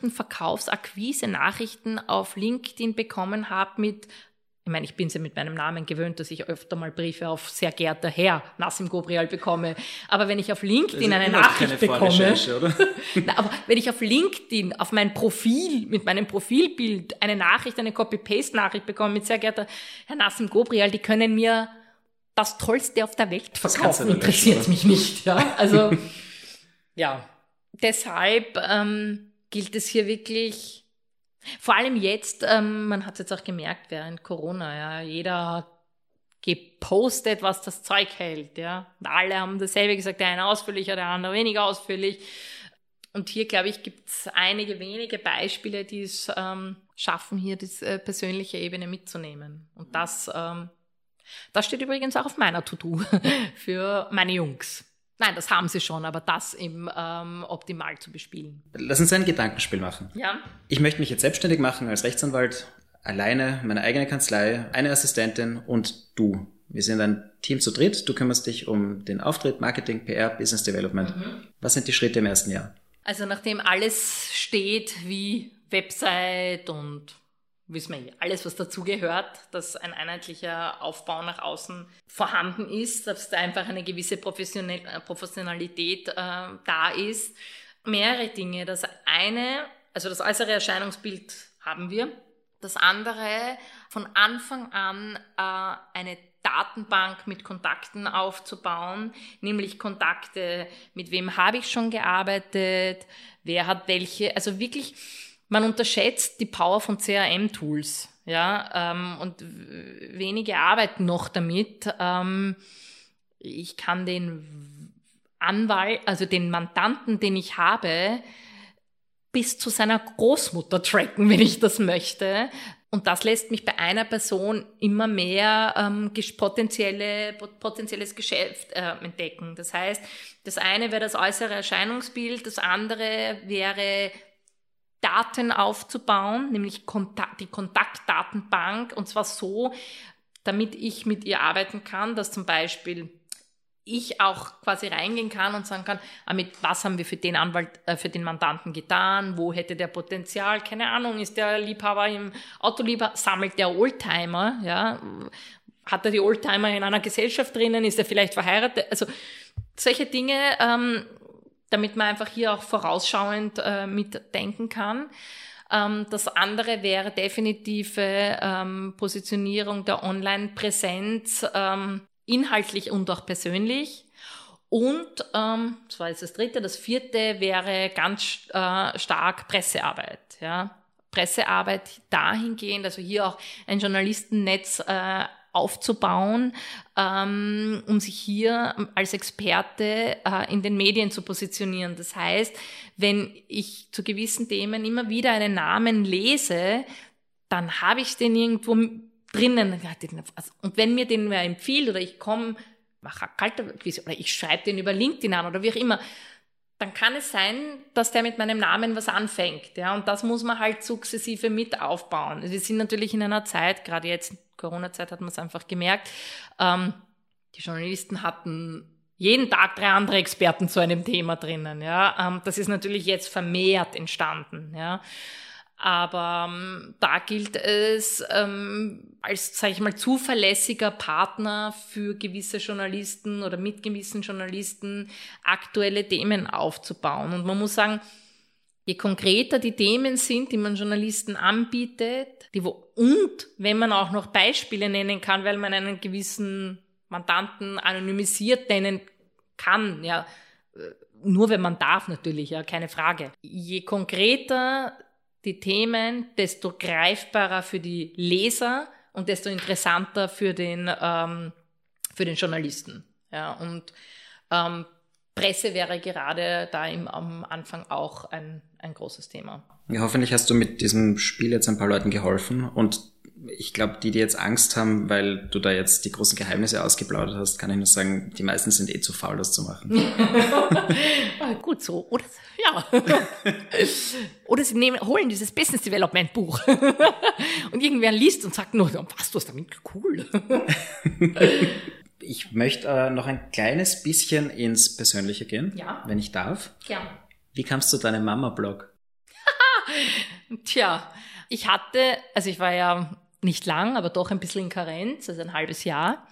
Verkaufsakquise-Nachrichten auf LinkedIn bekommen habe ich meine, ich bin ja mit meinem Namen gewöhnt, dass ich öfter mal Briefe auf sehr geehrter Herr Nassim Gobrial bekomme. Aber wenn ich auf LinkedIn eine Nachricht bekomme, oder? aber wenn ich auf LinkedIn, auf mein Profil, mit meinem Profilbild eine Copy-Paste-Nachricht bekomme mit sehr geehrter Herr Nassim Gobrial, die können mir das Tollste auf der Welt verkaufen, interessiert mich nicht. Ja, also, ja. Deshalb gilt es hier wirklich. Vor allem jetzt, man hat es jetzt auch gemerkt während Corona, ja, jeder hat gepostet, was das Zeug hält, ja. Und alle haben dasselbe gesagt, der eine ausführlicher, der andere weniger ausführlich. Und hier, glaube ich, gibt es einige wenige Beispiele, die es schaffen, hier die persönliche Ebene mitzunehmen. Und das steht übrigens auch auf meiner To-Do für meine Jungs. Nein, das haben sie schon, aber das eben optimal zu bespielen. Lass uns ein Gedankenspiel machen. Ja. Ich möchte mich jetzt selbstständig machen als Rechtsanwalt, alleine, meine eigene Kanzlei, eine Assistentin und du. Wir sind ein Team zu dritt. Du kümmerst dich um den Auftritt, Marketing, PR, Business Development. Was sind die Schritte im ersten Jahr? Also nachdem alles steht wie Website und wissen wir alles, was dazugehört, dass ein einheitlicher Aufbau nach außen vorhanden ist, dass da einfach eine gewisse Professionalität da ist. Mehrere Dinge. Das eine, also das äußere Erscheinungsbild haben wir. Das andere, von Anfang an eine Datenbank mit Kontakten aufzubauen, nämlich Kontakte, mit wem habe ich schon gearbeitet, wer hat welche, also wirklich. Man unterschätzt die Power von CRM-Tools, ja, und wenige arbeiten noch damit. Ich kann den den Mandanten, den ich habe, bis zu seiner Großmutter tracken, wenn ich das möchte. Und das lässt mich bei einer Person immer mehr potenzielles Geschäft entdecken. Das heißt, das eine wäre das äußere Erscheinungsbild, das andere wäre Daten aufzubauen, nämlich die Kontaktdatenbank, und zwar so, damit ich mit ihr arbeiten kann, dass zum Beispiel ich auch quasi reingehen kann und sagen kann, mit was haben wir für den Mandanten getan, wo hätte der Potenzial, keine Ahnung, ist der Liebhaber im Autoliebhaber, sammelt der Oldtimer, ja, hat er die Oldtimer in einer Gesellschaft drinnen, ist er vielleicht verheiratet, also solche Dinge, damit man einfach hier auch vorausschauend mitdenken kann. Das andere wäre definitive Positionierung der Online-Präsenz, inhaltlich und auch persönlich. Und, das war jetzt das dritte, das vierte wäre ganz stark Pressearbeit. Ja? Pressearbeit dahingehend, also hier auch ein Journalistennetz aufzubauen, um sich hier als Experte in den Medien zu positionieren. Das heißt, wenn ich zu gewissen Themen immer wieder einen Namen lese, dann habe ich den irgendwo drinnen. Und wenn mir den wer empfiehlt oder ich mache Kalterquise oder ich schreibe den über LinkedIn an oder wie auch immer, dann kann es sein, dass der mit meinem Namen was anfängt. Ja? Und das muss man halt sukzessive mit aufbauen. Wir sind natürlich in einer Zeit, gerade jetzt Corona-Zeit hat man es einfach gemerkt, die Journalisten hatten jeden Tag 3 andere Experten zu einem Thema drinnen. Ja? Das ist natürlich jetzt vermehrt entstanden. Ja? Aber da gilt es, als, sage ich mal, zuverlässiger Partner für gewisse Journalisten oder mit gewissen Journalisten aktuelle Themen aufzubauen. Und man muss sagen, je konkreter die Themen sind, die man Journalisten anbietet, und wenn man auch noch Beispiele nennen kann, weil man einen gewissen Mandanten anonymisiert nennen kann, ja, nur wenn man darf natürlich, ja, keine Frage. Je konkreter die Themen, desto greifbarer für die Leser und desto interessanter für den Journalisten. Ja, und Presse wäre gerade da am Anfang auch ein großes Thema. Ja, hoffentlich hast du mit diesem Spiel jetzt ein paar Leuten geholfen und Ich glaube, die jetzt Angst haben, weil du da jetzt die großen Geheimnisse ausgeplaudert hast, kann ich nur sagen, die meisten sind zu faul, das zu machen. Gut so. Oder, ja. Oder sie holen dieses Business Development Buch und irgendwer liest und sagt nur, was, du hast damit cool. Ich möchte noch ein kleines bisschen ins Persönliche gehen, wenn ich darf. Ja. Wie kamst du zu deinem Mama-Blog? Tja, ich war ja nicht lang, aber doch ein bisschen in Karenz, also ein halbes Jahr.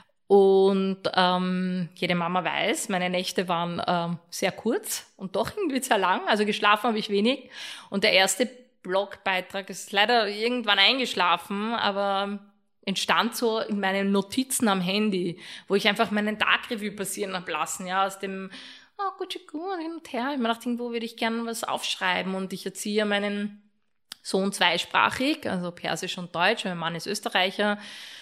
Und jede Mama weiß, meine Nächte waren sehr kurz und doch irgendwie sehr lang, also geschlafen habe ich wenig. Und der erste Blogbeitrag ist leider irgendwann eingeschlafen, aber entstand so in meinen Notizen am Handy, wo ich einfach meinen Tagrevue passieren habe lassen, ja, aus dem gut, hin und her. Ich mir dachte, irgendwo würde ich gerne was aufschreiben und ich erziehe meinen Sohn zweisprachig, also Persisch und Deutsch, mein Mann ist Österreicher.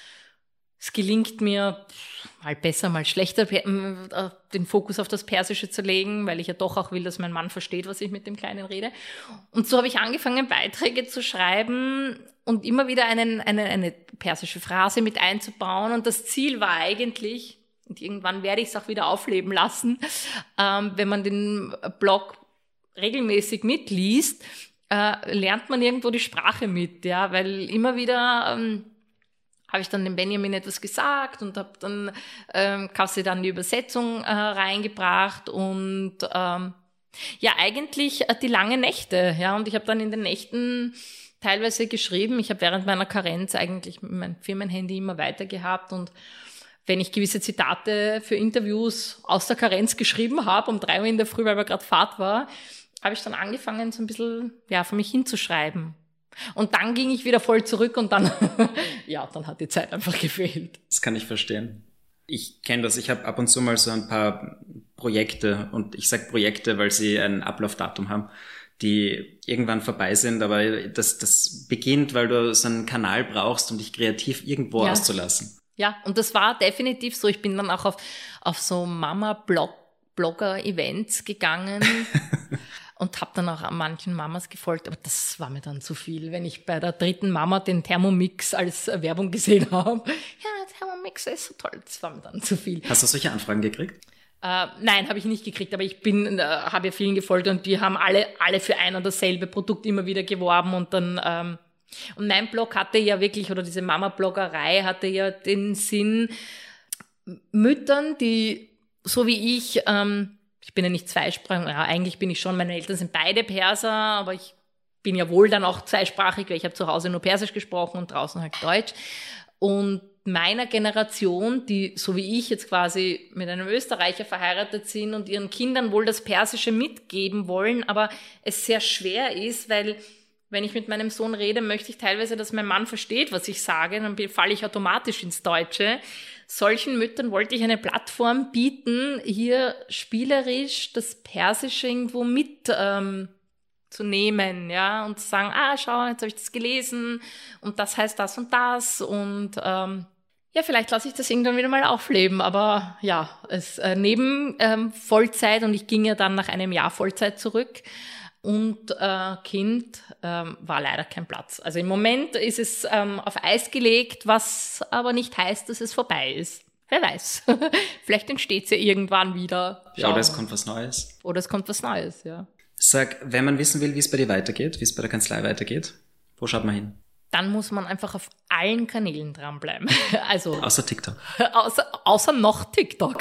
Es gelingt mir mal besser, mal schlechter, den Fokus auf das Persische zu legen, weil ich ja doch auch will, dass mein Mann versteht, was ich mit dem Kleinen rede. Und so habe ich angefangen, Beiträge zu schreiben und immer wieder eine persische Phrase mit einzubauen. Und das Ziel war eigentlich, und irgendwann werde ich es auch wieder aufleben lassen, wenn man den Blog regelmäßig mitliest, lernt man irgendwo die Sprache mit, ja, weil immer wieder habe ich dann dem Benjamin etwas gesagt und habe dann Kassi dann die Übersetzung reingebracht und eigentlich die langen Nächte, ja, und ich habe dann in den Nächten teilweise geschrieben. Ich habe während meiner Karenz eigentlich mein Firmenhandy immer weiter gehabt und wenn ich gewisse Zitate für Interviews aus der Karenz geschrieben habe, um 3 Uhr in der Früh, weil wir gerade Fahrt war, habe ich dann angefangen, so ein bisschen, für mich hinzuschreiben. Und dann ging ich wieder voll zurück und dann, dann hat die Zeit einfach gefehlt. Das kann ich verstehen. Ich kenne das. Ich habe ab und zu mal so ein paar Projekte und ich sage Projekte, weil sie ein Ablaufdatum haben, die irgendwann vorbei sind, aber das beginnt, weil du so einen Kanal brauchst, um dich kreativ irgendwo auszulassen. Ja, und das war definitiv so. Ich bin dann auch auf so Mama-Blogger-Events gegangen und habe dann auch an manchen Mamas gefolgt. Aber das war mir dann zu viel, wenn ich bei der dritten Mama den Thermomix als Werbung gesehen habe. Ja, Thermomix ist so toll. Das war mir dann zu viel. Hast du solche Anfragen gekriegt? Nein, habe ich nicht gekriegt, aber ich habe ja vielen gefolgt und die haben alle für ein und dasselbe Produkt immer wieder geworben und dann und mein Blog hatte ja wirklich, oder diese Mama-Bloggerei hatte ja den Sinn, Müttern, die, so wie ich bin ja nicht zweisprachig, eigentlich bin ich schon, meine Eltern sind beide Perser, aber ich bin ja wohl dann auch zweisprachig, weil ich habe zu Hause nur Persisch gesprochen und draußen halt Deutsch. Und meiner Generation, die, so wie ich jetzt quasi mit einem Österreicher verheiratet sind und ihren Kindern wohl das Persische mitgeben wollen, aber es sehr schwer ist, weil wenn ich mit meinem Sohn rede, möchte ich teilweise, dass mein Mann versteht, was ich sage, dann falle ich automatisch ins Deutsche. Solchen Müttern wollte ich eine Plattform bieten, hier spielerisch das Persische irgendwo mit zu nehmen, ja, und zu sagen, schau, jetzt habe ich das gelesen und das heißt das und das und vielleicht lasse ich das irgendwann wieder mal aufleben, aber es neben Vollzeit, und ich ging ja dann nach einem Jahr Vollzeit zurück, und Kind war leider kein Platz. Also im Moment ist es auf Eis gelegt, was aber nicht heißt, dass es vorbei ist. Wer weiß. Vielleicht entsteht es ja irgendwann wieder. Ja, oder es kommt was Neues. Oder es kommt was Neues, ja. Sag, wenn man wissen will, wie es bei dir weitergeht, wie es bei der Kanzlei weitergeht, wo schaut man hin? Dann muss man einfach auf allen Kanälen dranbleiben. Also außer TikTok. Außer noch TikTok.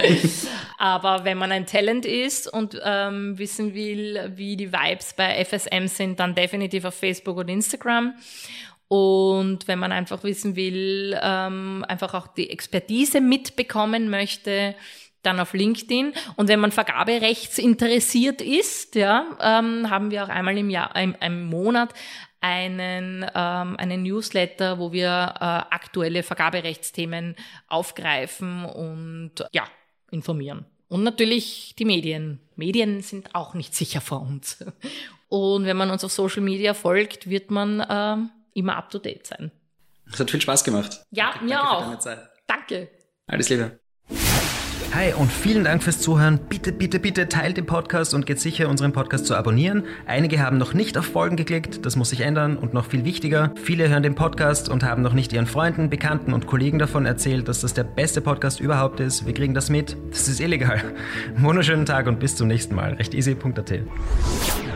Aber wenn man ein Talent ist und wissen will, wie die Vibes bei FSM sind, dann definitiv auf Facebook und Instagram. Und wenn man einfach wissen will, einfach auch die Expertise mitbekommen möchte, dann auf LinkedIn. Und wenn man vergaberechtsinteressiert ist, haben wir auch einmal im Monat einen Newsletter, wo wir aktuelle Vergaberechtsthemen aufgreifen und informieren. Und natürlich die Medien. Medien sind auch nicht sicher vor uns. Und wenn man uns auf Social Media folgt, wird man immer up to date sein. Das hat viel Spaß gemacht. Ja, Danke mir für auch. deine Zeit. Danke. Alles Liebe. Hi und vielen Dank fürs Zuhören. Bitte, bitte, bitte teilt den Podcast und geht sicher, unseren Podcast zu abonnieren. Einige haben noch nicht auf Folgen geklickt, das muss sich ändern und noch viel wichtiger, viele hören den Podcast und haben noch nicht ihren Freunden, Bekannten und Kollegen davon erzählt, dass das der beste Podcast überhaupt ist. Wir kriegen das mit, das ist illegal. Wunderschönen Tag und bis zum nächsten Mal. Rechteasy.at.